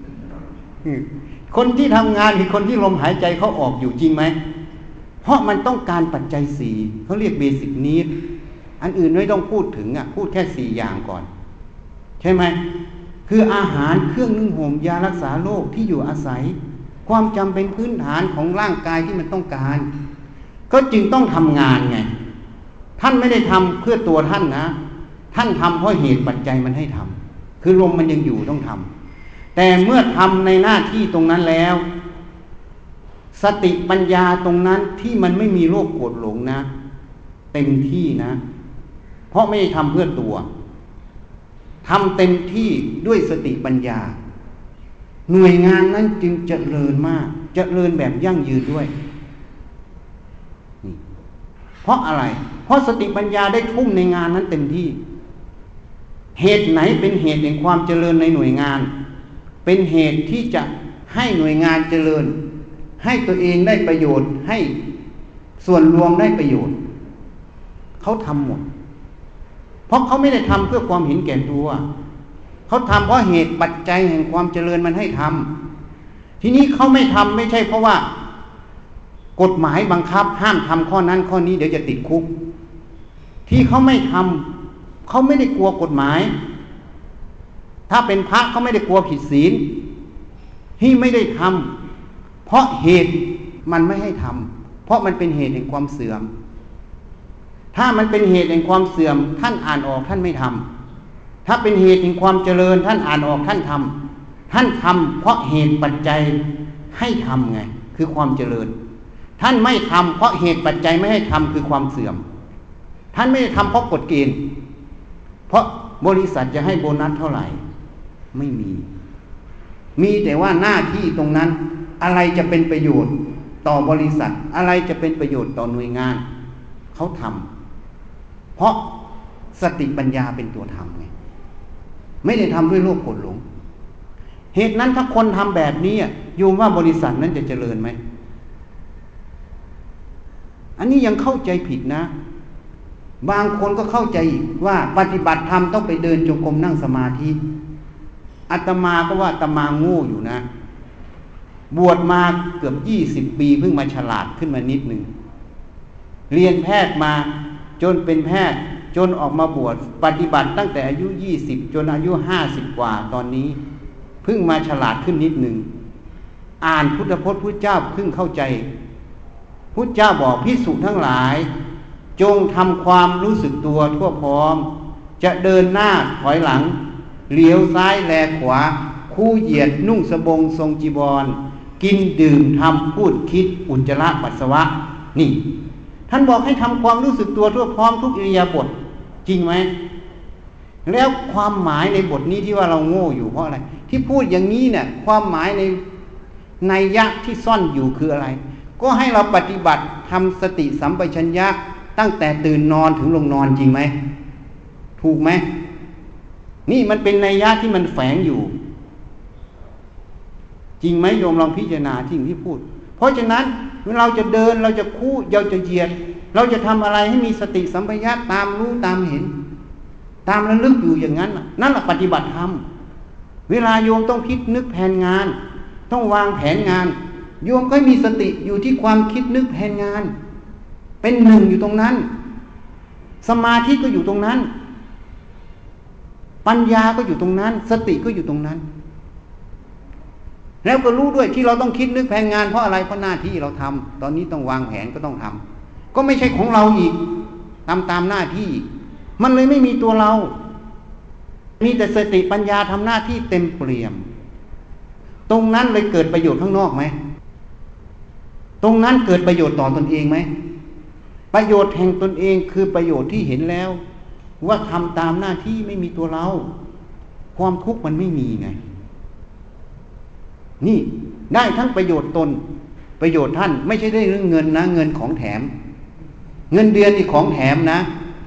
คนที่ทำงานคือคนที่ลมหายใจเขาออกอยู่จริงไหมเพราะมันต้องการปัจจัยสี่เขาเรียกเบสิกนีดอันอื่นไม่ต้องพูดถึงพูดแค่สี่อย่างก่อนใช่ไหมคืออาหารเครื่องนึ่งห่มยารักษาโรคที่อยู่อาศัยความจำเป็นพื้นฐานของร่างกายที่มันต้องการก็จึงต้องทำงานไงท่านไม่ได้ทำเพื่อตัวท่านนะท่านทำเพราะเหตุปัจจัยมันให้ทำคือลมมันยังอยู่ต้องทำแต่เมื่อทำในหน้าที่ตรงนั้นแล้วสติปัญญาตรงนั้นที่มันไม่มีโรคโกรธหลงนะเต็มที่นะเพราะไม่ได้ทำเพื่อตัวทำเต็มที่ด้วยสติปัญญาหน่วยงานนั้นจึงเจริญมากเจริญแบบยั่งยืนด้วยนี่เพราะอะไรเพราะสติปัญญาได้ทุ่มในงานนั้นเต็มที่เหตุไหนเป็นเหตุแห่งความเจริญในหน่วยงานเป็นเหตุที่จะให้หน่วยงานเจริญให้ตัวเองได้ประโยชน์ให้ส่วนรวมได้ประโยชน์เขาทำหมดเพราะเขาไม่ได้ทำเพื่อความเห็นแก่ตัวเขาทำเพราะเหตุปัจจัยแห่งความเจริญมันให้ทำทีนี้เขาไม่ทำไม่ใช่เพราะว่ากฎหมายบังคับห้ามทำข้อนั้นข้อนี้เดี๋ยวจะติดคุกที่เขาไม่ทำเขาไม่ได้กลัวกฎหมายถ้าเป็นพระเขาไม่ได้กลัวผิดศีลที่ไม่ได้ทำเพราะเหตุมันไม่ให้ทำเพราะมันเป็นเหตุแห่งความเสื่อมถ้ามันเป็นเหตุแห่งความเสื่อมท่านอ่านออกท่านไม่ทำถ้าเป็นเหตุแห่งความเจริญท่านอ่านออกท่านทำท่านทำเพราะเหตุปัจจัยให้ทำไงคือความเจริญท่านไม่ทำเพราะเหตุปัจจัยไม่ให้ทำคือความเสื่อมท่านไม่ได้ทำเพราะกฎเกณฑ์เพราะบริษัทจะให้โบนัสเท่าไหร่ไม่มีแต่ว่าหน้าที่ตรงนั้นอะไรจะเป็นประโยชน์ต่อบริษัทอะไรจะเป็นประโยชน์ต่อหน่วยงานเขาทำเพราะสติปัญญาเป็นตัวทำไงไม่ได้ทำด้วยโลภโกรธหลงเหตุนั้นถ้าคนทำแบบนี้โยมว่าบริษัทนั้นจะเจริญไหมอันนี้ยังเข้าใจผิดนะบางคนก็เข้าใจว่าปฏิบัติธรรมต้องไปเดินจงกรมนั่งสมาธิอาตมาก็ว่าอาตมาโง่อยู่นะบวชมาเกือบ20 ปีเพิ่งมาฉลาดขึ้นมานิดนึงเรียนแพทย์มาจนเป็นแพทย์จนออกมาบวชปฏิบัติตั้งแต่อายุ20จนอายุ50กว่าตอนนี้เพิ่งมาฉลาดขึ้นนิดนึงอ่านพุทธพจน์พุทธเจ้าเพิ่งเข้าใจพุทธเจ้าบอกภิกษุทั้งหลายจงทำความรู้สึกตัวทั่วพร้อมจะเดินหน้าถอยหลังเหลียวซ้ายแลขวาคู่เหยียดนุ่งสบงทรงจีวรกินดื่มทำพูดคิดอุจจาระปัสสาวะนี่ท่านบอกให้ทำความรู้สึกตัวทั่วพร้อมทุกอิริยาบถจริงไหมแล้วความหมายในบทนี้ที่ว่าเราโง่อยู่เพราะอะไรที่พูดอย่างนี้เนี่ยความหมายในนัยยะที่ซ่อนอยู่คืออะไรก็ให้เราปฏิบัติทำสติสัมปชัญญะตั้งแต่ตื่นนอนถึงลงนอนจริงไหมถูกไหมนี่มันเป็นนัยยะที่มันแฝงอยู่จริงไหมโยมลองพิจารณาสิ่งที่พูดเพราะฉะนั้นเมื่อเราจะเดินเราจะคู่เราจะเหยียดเราจะทำอะไรให้มีสติสัมปชัญญะตามรู้ตามเห็นตามระลึกอยู่อย่างนั้นนั่นแหละปฏิบัติธรรมเวลาโยมต้องคิดนึกแผนงานต้องวางแผนงานโยมก็มีสติอยู่ที่ความคิดนึกแผนงานเป็นหนึ่งอยู่ตรงนั้นสมาธิก็อยู่ตรงนั้นปัญญาก็อยู่ตรงนั้นสติก็อยู่ตรงนั้นแล้วก็รู้ด้วยที่เราต้องคิดนึกแผนงานเพราะอะไรเพราะหน้าที่เราทำตอนนี้ต้องวางแผนก็ต้องทำก็ไม่ใช่ของเราอีกทำตามหน้าที่มันเลยไม่มีตัวเรามีแต่สติปัญญาทำหน้าที่เต็มเปี่ยมตรงนั้นเลยเกิดประโยชน์ข้างนอกไหมตรงนั้นเกิดประโยชน์ต่อตนเองไหมประโยชน์แห่งตนเองคือประโยชน์ที่เห็นแล้วว่าทำตามหน้าที่ไม่มีตัวเราความทุกข์มันไม่มีไงนี่ได้ทั้งประโยชน์ตนประโยชน์ท่านไม่ใช่ได้เรื่องเงินนะเงินของแถมเงินเดือนนี่ของแถมนะ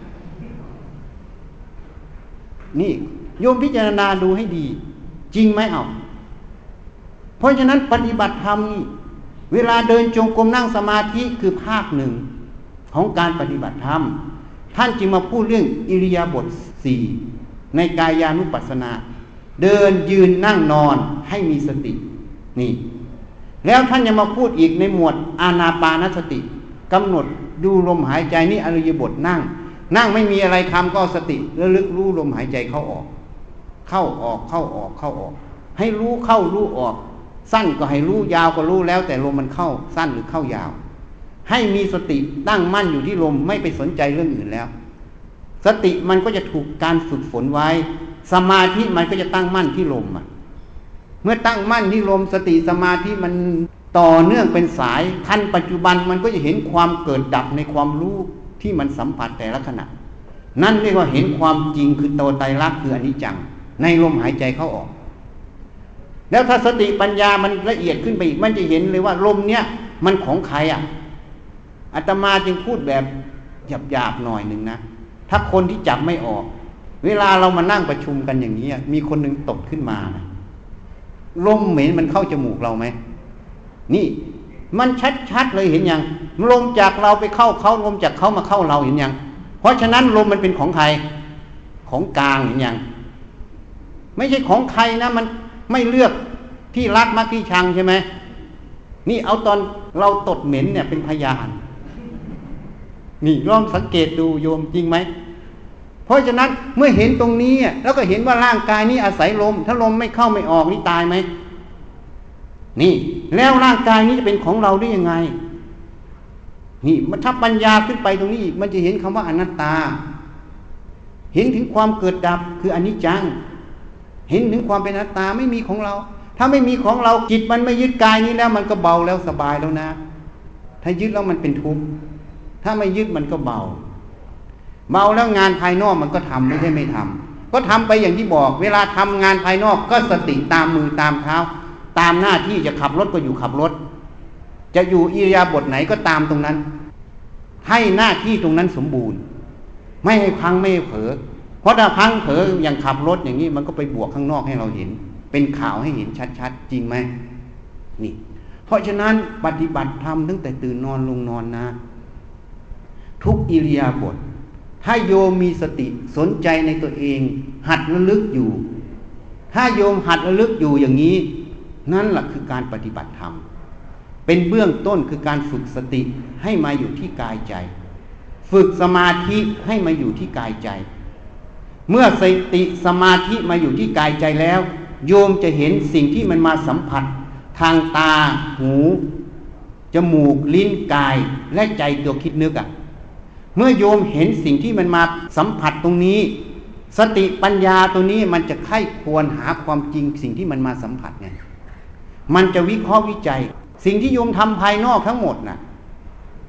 นี่โยมพิจารณาดูให้ดีจริงไหมเอาเพราะฉะนั้นปฏิบัติธรรมนี่เวลาเดินจงกรมนั่งสมาธิคือภาคหนึ่งของการปฏิบัติธรรมท่านจึงมาพูดเรื่องอิริยาบถสี่ในกายานุปัสสนาเดินยืนนั่งนอนให้มีสตินี่แล้วท่านยังมาพูดอีกในหมวดอานาปานสติกำหนดดูลมหายใจนี่อิริยาบถนั่งไม่มีอะไรทำก็สติระลึกรู้ลมหายใจเข้าออกเข้าออกเข้าออกเข้าออกให้รู้เข้ารู้ออกสั้นก็ให้รู้ยาวก็รู้แล้วแต่ลมมันเข้าสั้นหรือเข้ายาวให้มีสติตั้งมั่นอยู่ที่ลมไม่ไปสนใจเรื่องอื่นแล้วสติมันก็จะถูกการฝึกฝนไว้สมาธิมันก็จะตั้งมั่นที่ลมเมื่อตั้งมั่นที่ลมสติสมาธิมันต่อเนื่องเป็นสายทันปัจจุบันมันก็จะเห็นความเกิดดับในความรู้ที่มันสัมผัสแต่ละขณะนั่นเรียกว่าเห็นความจริงคือตัวไตรลักษณ์คืออนิจจังในลมหายใจเข้าออกแล้วถ้าสติปัญญามันละเอียดขึ้นไปอีกมันจะเห็นเลยว่าลมเนี้ยมันของใครอาตมาจึงพูดแบบหยาบๆหน่อยหนึ่งนะถ้าคนที่จับไม่ออกเวลาเรามานั่งประชุมกันอย่างนี้มีคนหนึ่งตกขึ้นมานะลมเหม็นมันเข้าจมูกเราไหมนี่มันชัดๆเลยเห็นยังลมจากเราไปเข้าเขาลมจากเขามาเข้าเราเห็นยังเพราะฉะนั้นลมมันเป็นของใครของกลางเห็นยังไม่ใช่ของใครนะมันไม่เลือกที่รักมักที่ชังใช่ไหมนี่เอาตอนเราตดเหม็นเนี่ยเป็นพยานนี่ลองสังเกตดูโยมจริงไหมเพราะฉะนั้นเมื่อเห็นตรงนี้แล้วก็เห็นว่าร่างกายนี้อาศัยลมถ้าลมไม่เข้าไม่ออกนี่ตายไหมนี่แล้วร่างกายนี้จะเป็นของเราได้ยังไงนี่มันถ้าปัญญาขึ้นไปตรงนี้อีกมันจะเห็นคำว่าอนัตตาเห็นถึงความเกิดดับคืออนิจจังเห็นถึงความเป็นอนัตตาไม่มีของเราถ้าไม่มีของเราจิตมันไม่ยึดกายนี้แล้วมันก็เบาแล้วสบายแล้วนะถ้ายึดแล้วมันเป็นทุกข์ถ้าไม่ยึดมันก็เบาแล้วงานภายนอกมันก็ทำไม่ใช่ไม่ทำก็ทำไปอย่างที่บอกเวลาทำงานภายนอกก็สติตามมือตามเท้าตามหน้าที่จะขับรถก็อยู่ขับรถจะอยู่อิริยาบถไหนก็ตามตรงนั้นให้หน้าที่ตรงนั้นสมบูรณ์ไม่ให้พังไม่ให้เผลอเพราะถ้าพังเผลออย่างขับรถอย่างนี้มันก็ไปบวกข้างนอกให้เราเห็นเป็นข่าวให้เห็นชัดๆจริงไหมนี่เพราะฉะนั้นปฏิบัติธรรมตั้งแต่ตื่นนอนลงนอนนะทุกอิริยาบถถ้าโยมมีสติสนใจในตัวเองหัดระลึกอยู่ถ้าโยมหัดระลึกอยู่อย่างนี้นั่นแหละคือการปฏิบัติธรรมเป็นเบื้องต้นคือการฝึกสติให้มาอยู่ที่กายใจฝึกสมาธิให้มาอยู่ที่กายใจเมื่อสติสมาธิมาอยู่ที่กายใจแล้วโยมจะเห็นสิ่งที่มันมาสัมผัสทางตาหูจมูกลิ้นกายและใจตัวคิดนึกเมื่อโยมเห็นสิ่งที่มันมาสัมผัสตรงนี้สติปัญญาตัวนี้มันจะไข้ควรหาความจริงสิ่งที่มันมาสัมผัสไงมันจะวิเคราะห์วิจัยสิ่งที่โยมทำภายนอกทั้งหมดน่ะ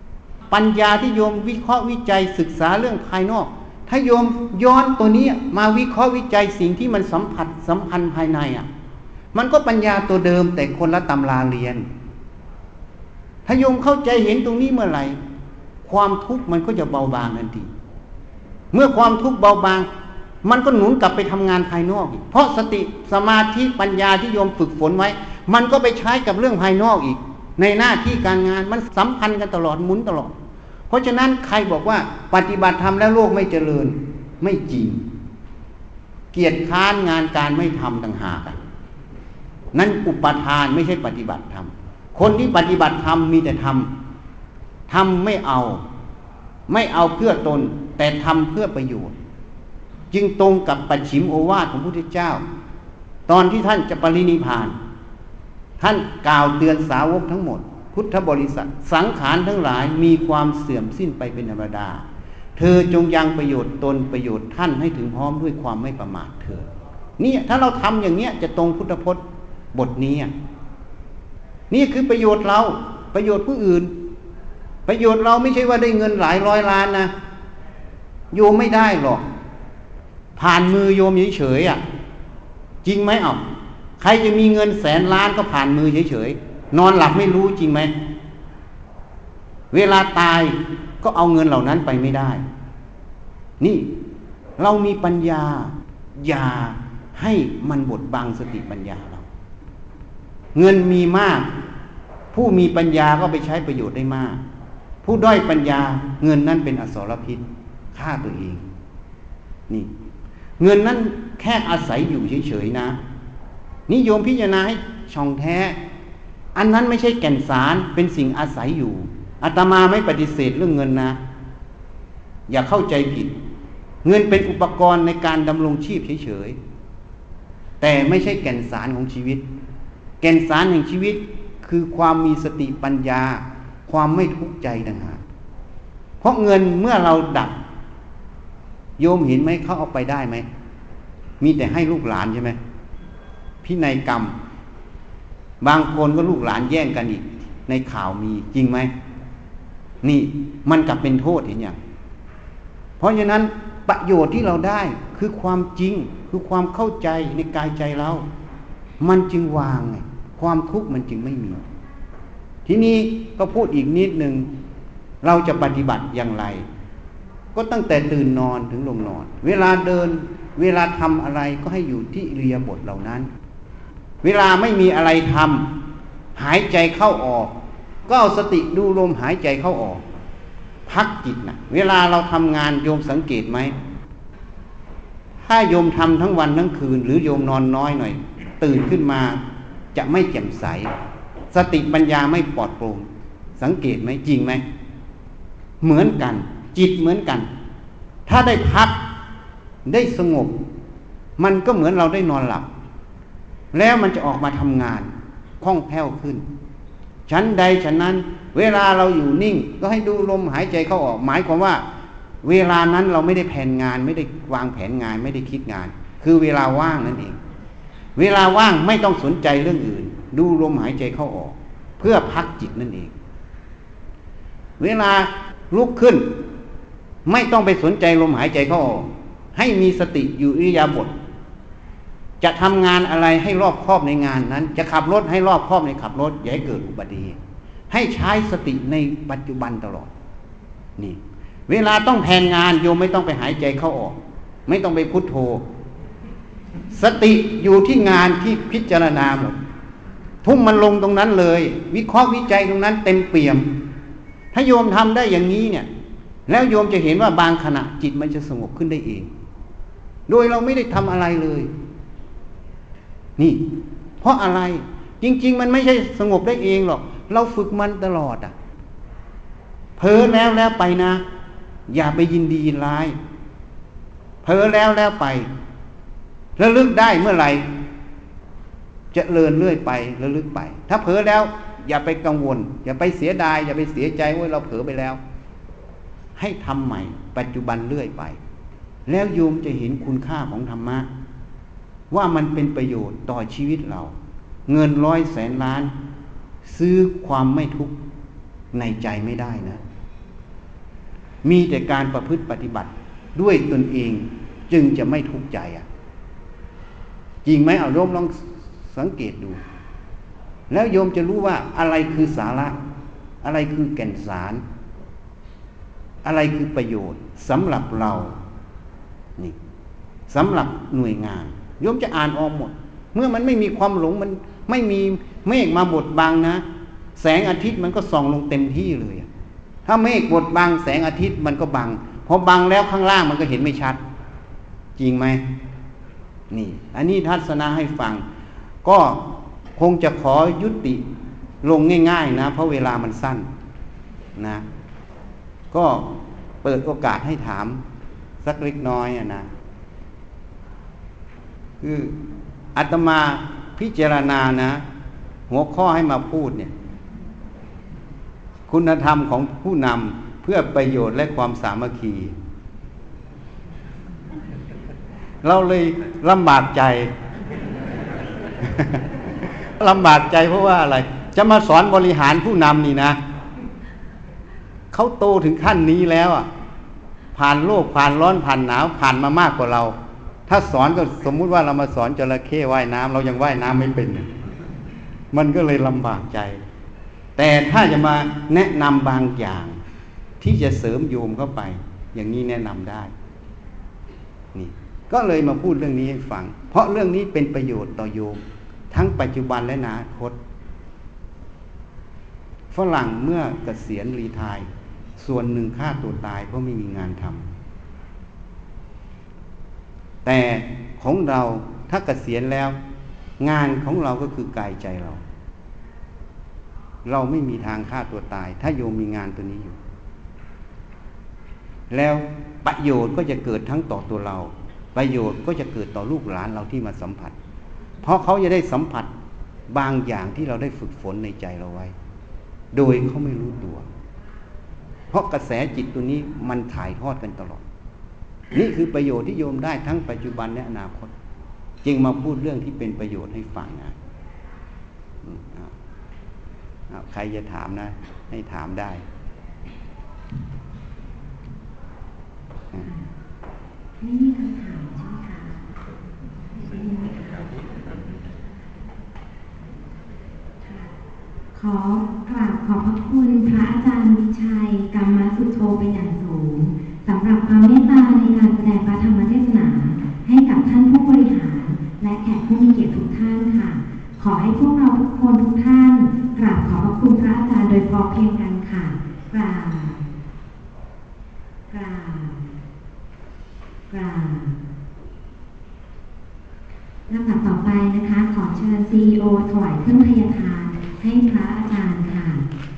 ปัญญาที่โยมวิเคราะห์วิจัยศึกษาเรื่องภายนอกถ้าโยมย้อนตัวนี้มาวิเคราะห์วิจัยสิ่งที่มันสัมพันธ์ภายในมันก็ปัญญาตัวเดิมแต่คนละตำราเรียนถ้าโยมเข้าใจเห็นตรงนี้เมื่อไหร่ความทุกข์มันก็จะเบาบางทันทีเมื่อความทุกข์เบาบางมันก็หนุนกลับไปทำงานภายนอกอีกเพราะสติสมาธิปัญญาที่โยมฝึกฝนไว้มันก็ไปใช้กับเรื่องภายนอกอีกในหน้าที่การงานมันสัมพันธ์กันตลอดหมุนตลอดเพราะฉะนั้นใครบอกว่าปฏิบัติธรรมแล้วโลกไม่เจริญไม่จริงเกียรติค้านงานการไม่ทำต่างหากนั่นอุปทานไม่ใช่ปฏิบัติธรรมคนที่ปฏิบัติธรรมมีแต่ทำไม่เอาเพื่อตนแต่ทำเพื่อประโยชน์จึงตรงกับปัจฉิมโอวาทของพระพุทธเจ้าตอนที่ท่านจะปรินิพพานท่านกล่าวเตือนสาวกทั้งหมดพุทธบริษัทสังขารทั้งหลายมีความเสื่อมสิ้นไปเป็นธรรมดาเธอจงยังประโยชน์ตนประโยชน์ท่านให้ถึงพร้อมด้วยความไม่ประมาทเถิดนี่ถ้าเราทำอย่างเนี้ยจะตรงพุทธพจน์บทนี้นี่คือประโยชน์เราประโยชน์ผู้อื่นประโยชน์เราไม่ใช่ว่าได้เงินหลายร้อยล้านนะโยมไม่ได้หรอกผ่านมือโยมเฉยๆจริงไหมใครจะมีเงินแสนล้านก็ผ่านมือเฉยๆนอนหลับไม่รู้จริงไหมเวลาตายก็เอาเงินเหล่านั้นไปไม่ได้นี่เรามีปัญญาอย่าให้มันบดบังสติปัญญาเราเงินมีมากผู้มีปัญญาก็ไปใช้ประโยชน์ได้มากผู้ด้อยปัญญาเงินนั้นเป็นอสรพิษฆ่าตัวเองนี่เงินนั้นแค่อาศัยอยู่เฉยๆนะนิยมพิจารณาให้ช่องแท้อันนั้นไม่ใช่แก่นสารเป็นสิ่งอาศัยอยู่อาตมาไม่ปฏิเสธเรื่องเงินนะอย่าเข้าใจผิดเงินเป็นอุปกรณ์ในการดำรงชีพเฉยๆแต่ไม่ใช่แก่นสารของชีวิตแก่นสารแห่งชีวิตคือความมีสติปัญญาความไม่ทุกข์ใจต่างหากเพราะเงินเมื่อเราดับโยมเห็นไหมเขาเอาไปได้ไหมมีแต่ให้ลูกหลานใช่ไหมพินัยกรรมบางคนก็ลูกหลานแย่งกันอีกในข่าวมีจริงไหมนี่มันกลับเป็นโทษเห็นอย่างเพราะฉะนั้นประโยชน์ที่เราได้คือความจริงคือความเข้าใจในกายใจเรามันจึงวางไงความทุกข์มันจึงไม่มีทีนี้ก็พูดอีกนิดนึงเราจะปฏิบัติอย่างไรก็ตั้งแต่ตื่นนอนถึงลงนอนเวลาเดินเวลาทำอะไรก็ให้อยู่ที่อิริยาบถเหล่านั้นเวลาไม่มีอะไรทำหายใจเข้าออกก็เอาสติดูลมหายใจเข้าออกพักจิตนะเวลาเราทำงานโยมสังเกตไหมถ้าโยมทำทั้งวันทั้งคืนหรือโยมนอนน้อยหน่อยตื่นขึ้นมาจะไม่แจ่มใสสติปัญญาไม่ปลอดโปร่งสังเกตไหมจริงไหมเหมือนกันจิตเหมือนกันถ้าได้พักได้สงบมันก็เหมือนเราได้นอนหลับแล้วมันจะออกมาทำงานคล่องแคล่วขึ้นชั้นใดชั้นนั้นเวลาเราอยู่นิ่งก็ให้ดูลมหายใจเข้าออกหมายความว่าเวลานั้นเราไม่ได้แผนงานไม่ได้วางแผนงานไม่ได้คิดงานคือเวลาว่างนั่นเองเวลาว่างไม่ต้องสนใจเรื่องอื่นดูลมหายใจเข้าออกเพื่อพักจิตนั่นเองเวลาลุกขึ้นไม่ต้องไปสนใจลมหายใจเข้าออกให้มีสติอยู่อิริยาบถจะทำงานอะไรให้รอบคอบในงานนั้นจะขับรถให้รอบคอบในขับรถอย่าให้เกิดอุบัติเหตุให้ใช้สติในปัจจุบันตลอดนี่เวลาต้องแผนงานโยมไม่ต้องไปหายใจเข้าออกไม่ต้องไปพุทโธสติอยู่ที่งานที่พิจารณาหมดทุ่มมันลงตรงนั้นเลยวิเคราะห์วิจัยตรงนั้นเต็มเปี่ยมถ้าโยมทำได้อย่างนี้เนี่ยแล้วโยมจะเห็นว่าบางขณะจิตมันจะสงบขึ้นได้เองโดยเราไม่ได้ทำอะไรเลยนี่เพราะอะไรจริงๆมันไม่ใช่สงบได้เองหรอกเราฝึกมันตลอดเผลอแล้วไปนะอย่าไปยินดียินร้ายเผลอแล้วไประลึกได้เมื่อไหร่จะเลินเรื่อยไประลึกไปถ้าเผลอแล้วอย่าไปกังวลอย่าไปเสียดายอย่าไปเสียใจว่าเราเผลอไปแล้วให้ทำใหม่ปัจจุบันเรื่อยไปแล้วโยมจะเห็นคุณค่าของธรรมะว่ามันเป็นประโยชน์ต่อชีวิตเราเงิน100 แสนล้านซื้อความไม่ทุกข์ในใจไม่ได้นะมีแต่การประพฤติปฏิบัติด้วยตนเองจึงจะไม่ทุกข์ใจจริงไหมเอาโยมลองสังเกตดูแล้วโยมจะรู้ว่าอะไรคือสาระอะไรคือแก่นสารอะไรคือประโยชน์สำหรับเรานี่สำหรับหน่วยงานโยมจะอ่านออกหมดเมื่อมันไม่มีความหลงมันไม่มีเมฆมาบดบังนะแสงอาทิตย์มันก็ส่องลงเต็มที่เลยถ้าเมฆบดบังแสงอาทิตย์มันก็บังพอบังแล้วข้างล่างมันก็เห็นไม่ชัดจริงไหมนี่อันนี้ทัศนะให้ฟังก็คงจะขอยุติลงง่ายๆนะเพราะเวลามันสั้นนะก็เปิดโอกาสให้ถามสักเล็กน้อยนะคืออาตมาพิจารณานะหัวข้อให้มาพูดเนี่ยคุณธรรมของผู้นำเพื่อประโยชน์และความสามัคคีเราเลยลำบากใจ ลำบากใจเพราะว่าอะไรจะมาสอนบริหารผู้นำนี่นะเขาโตถึงขั้นนี้แล้วผ่านโลกผ่านร้อนผ่านหนาวผ่านมามากกว่าเราถ้าสอนก็สมมุติว่าเรามาสอนจระเข้ว่ายน้ำเรายังว่ายน้ำไม่เป็นมันก็เลยลำบากใจแต่ถ้าจะมาแนะนำบางอย่างที่จะเสริมโยมเข้าไปอย่างนี้แนะนำได้นี่ก็เลยมาพูดเรื่องนี้ให้ฟังเพราะเรื่องนี้เป็นประโยชน์ต่อโยมทั้งปัจจุบันและอนาคตฝรั่งเมื่อเกษียณรีไทร์ส่วนหนึ่งฆ่าตัวตายเพราะไม่มีงานทำแต่ของเราถ้าเกษียณแล้วงานของเราก็คือกายใจเราไม่มีทางฆ่าตัวตายถ้าโยมมีงานตัวนี้อยู่แล้วประโยชน์ก็จะเกิดทั้งต่อตัวเราประโยชน์ก็จะเกิดต่อลูกหลานเราที่มาสัมผัสเพราะเขาจะได้สัมผัสบางอย่างที่เราได้ฝึกฝนในใจเราไว้โดยเขาไม่รู้ตัวเพราะกระแสจิตตัวนี้มันถ่ายทอดกันตลอดนี่คือประโยชน์ที่โยมได้ทั้งปัจจุบันและอนาคตจึงมาพูดเรื่องที่เป็นประโยชน์ให้ฟังนะใครจะถามนะให้ถามได้ไม่มีคำถามใช่ไหมคะขอกราบขอบพระคุณพระอาจารย์วิชัยกรรมสุโธเป็นอย่างสูงสำหรับความเมตตาในการแสดงพระธรรมเทศนาให้กับท่านผู้บริหารและแขกผู้มีเกียรติทุกท่านค่ะขอให้พวกเราทุกคนทุกท่านกราบขอบพระคุณพระอาจารย์โดยพร้อมเพรียงกันค่ะกราบลำดับต่อไปนะคะขอเชิญ CEO ถวายเครื่องพยทานให้พระอาจารย์ค่ะ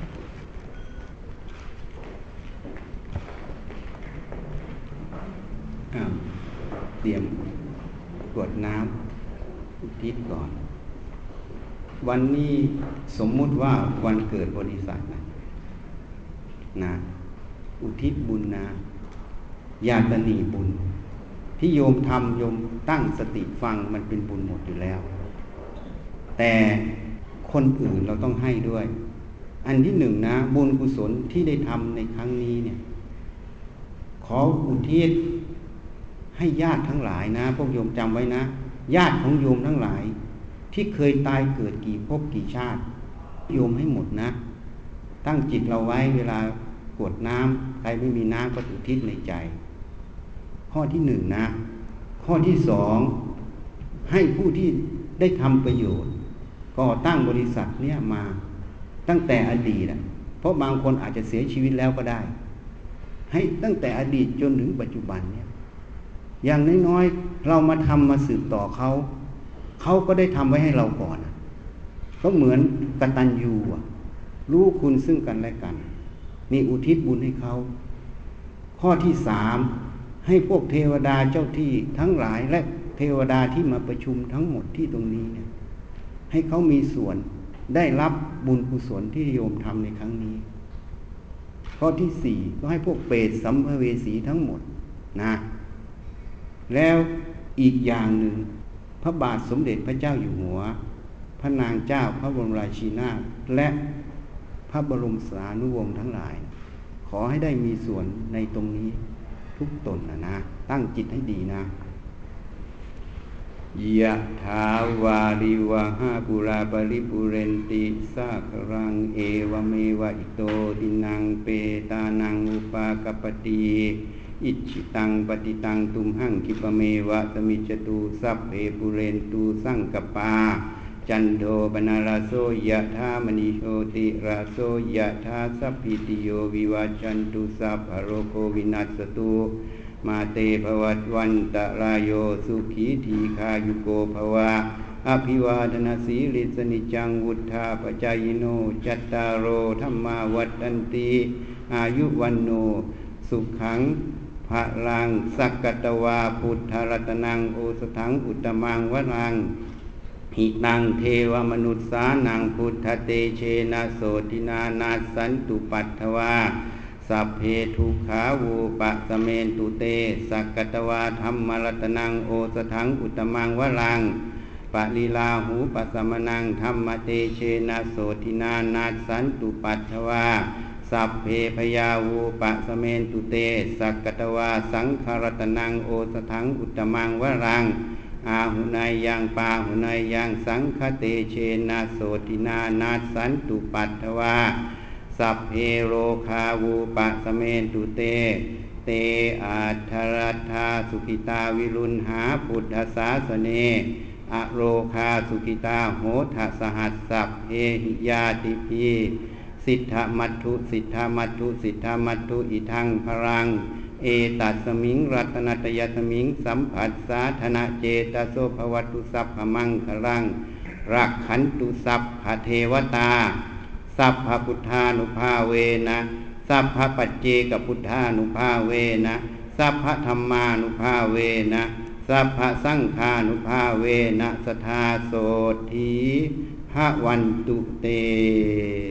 เตรียมกรวดน้ำอุทิศก่อนวันนี้สมมุติว่าวันเกิดบริษัทนะอุทิศบุญนะญาตนีบุญที่โยมทำโยมตั้งสติฟังมันเป็นบุญหมดอยู่แล้วแต่คนอื่นเราต้องให้ด้วยอันที่หนึ่งนะบุญกุศลที่ได้ทำในครั้งนี้เนี่ยขออุทิศให้ญาติทั้งหลายนะพวกโยมจำไว้นะญาติของโยมทั้งหลายที่เคยตายเกิดกี่ภพกี่ชาติโยมให้หมดนะตั้งจิตเราไว้เวลากรวดน้ำใครไม่มีน้ำก็อุทิศในใจข้อที่หนึ่งนะข้อที่สองให้ผู้ที่ได้ทำประโยชน์ก่อตั้งบริษัทเนี่ยมาตั้งแต่อดีตเพราะบางคนอาจจะเสียชีวิตแล้วก็ได้ให้ตั้งแต่อดีตจนถึงปัจจุบันเนี่ยอย่างน้อยๆเรามาทำมาสืบต่อเขาก็ได้ทำไว้ให้เราก่อนก็เหมือนกตัญญูรู้คุณซึ่งกันและกันนี่อุทิศบุญให้เขาข้อที่สามให้พวกเทวดาเจ้าที่ทั้งหลายและเทวดาที่มาประชุมทั้งหมดที่ตรงนี้เนี่ยให้เขามีส่วนได้รับบุญกุศลที่โยมทำในครั้งนี้ข้อที่สี่ก็ให้พวกเปรตสัมภเวสีทั้งหมดนะแล้วอีกอย่างหนึ่งพระบาทสมเด็จพระเจ้าอยู่หัวพระนางเจ้าพระบรมราชินีนาถและพระบรมสารีนุวงศ์ทั้งหลายขขอให้ได้มีส่วนในตรงนี้ทุกตนนะตั้งจิตให้ดีนะยะถาวาริวหาปุราปริปุเรนติสาครังเอวเมวะอิโตตินังเปตานังอุปากปติอิจิตังปฏิตังตุมหังคิปเมวะสมิจตุสัพเพปุเรนตุสังกปาจันโทปนาราโสยะธามณิโชติราโสยะธาสัพพิติโยวิวัจจันตุสัพพะโรโควินัสสตุมาเตภวัตวันตรายโยสุขีทีคายุโกภวะอภิวาทนาสีลิสนิจังวุธาปจายโนจัตตารโอธัมมาวัฏันติอายุวันโนสุขังภะลังสักกตวาพุทธรัตนังโอสถังอุตตมังวรังหิตังเทวมนุษสานังพุทธเตเชนะโสตินานาสันตุปัตถวาสัพเพทุขาวูปะสเมนตุเตสักกตวาธัมมรัตนังโอสถังอุตตมังวรังปะลีลาหูปัสมนังธัมมเตเชนะโสตินานาสันตุปัตถวาสัพเพพยาวูปะสเมนตุเตสักกตวาสังฆรัตนังโอสถังอุตตมังวรังอาหุนายยังปาหุนายยังสังฆเตเชนะโสตินานาสันตุปัตถวาสัพเพโรคาวูปะสเมนตุเตเตอัทธรัตถาสุขิตาวิรุณหาพุทธศาสเนอโรคาสุขิตาโหทสหัสสัพเพหิยาติพีสิทธมัตถุสิทธมัตถุสิทธมัตถุอิทังพรังเอตัสมิงรัตนตยสมิงสัมผัสสาธนะเจตโสภวตุสัพพมังคลังรักขันตุสัพพเทวตาสัพพพุทธานุภาเวนะสัพพปัจเจกพุทธานุภาเวนะสัพพธัมมานุภาเวนะสัพพสังฆานุภาเวนะสทธาโสธีภวันตุเต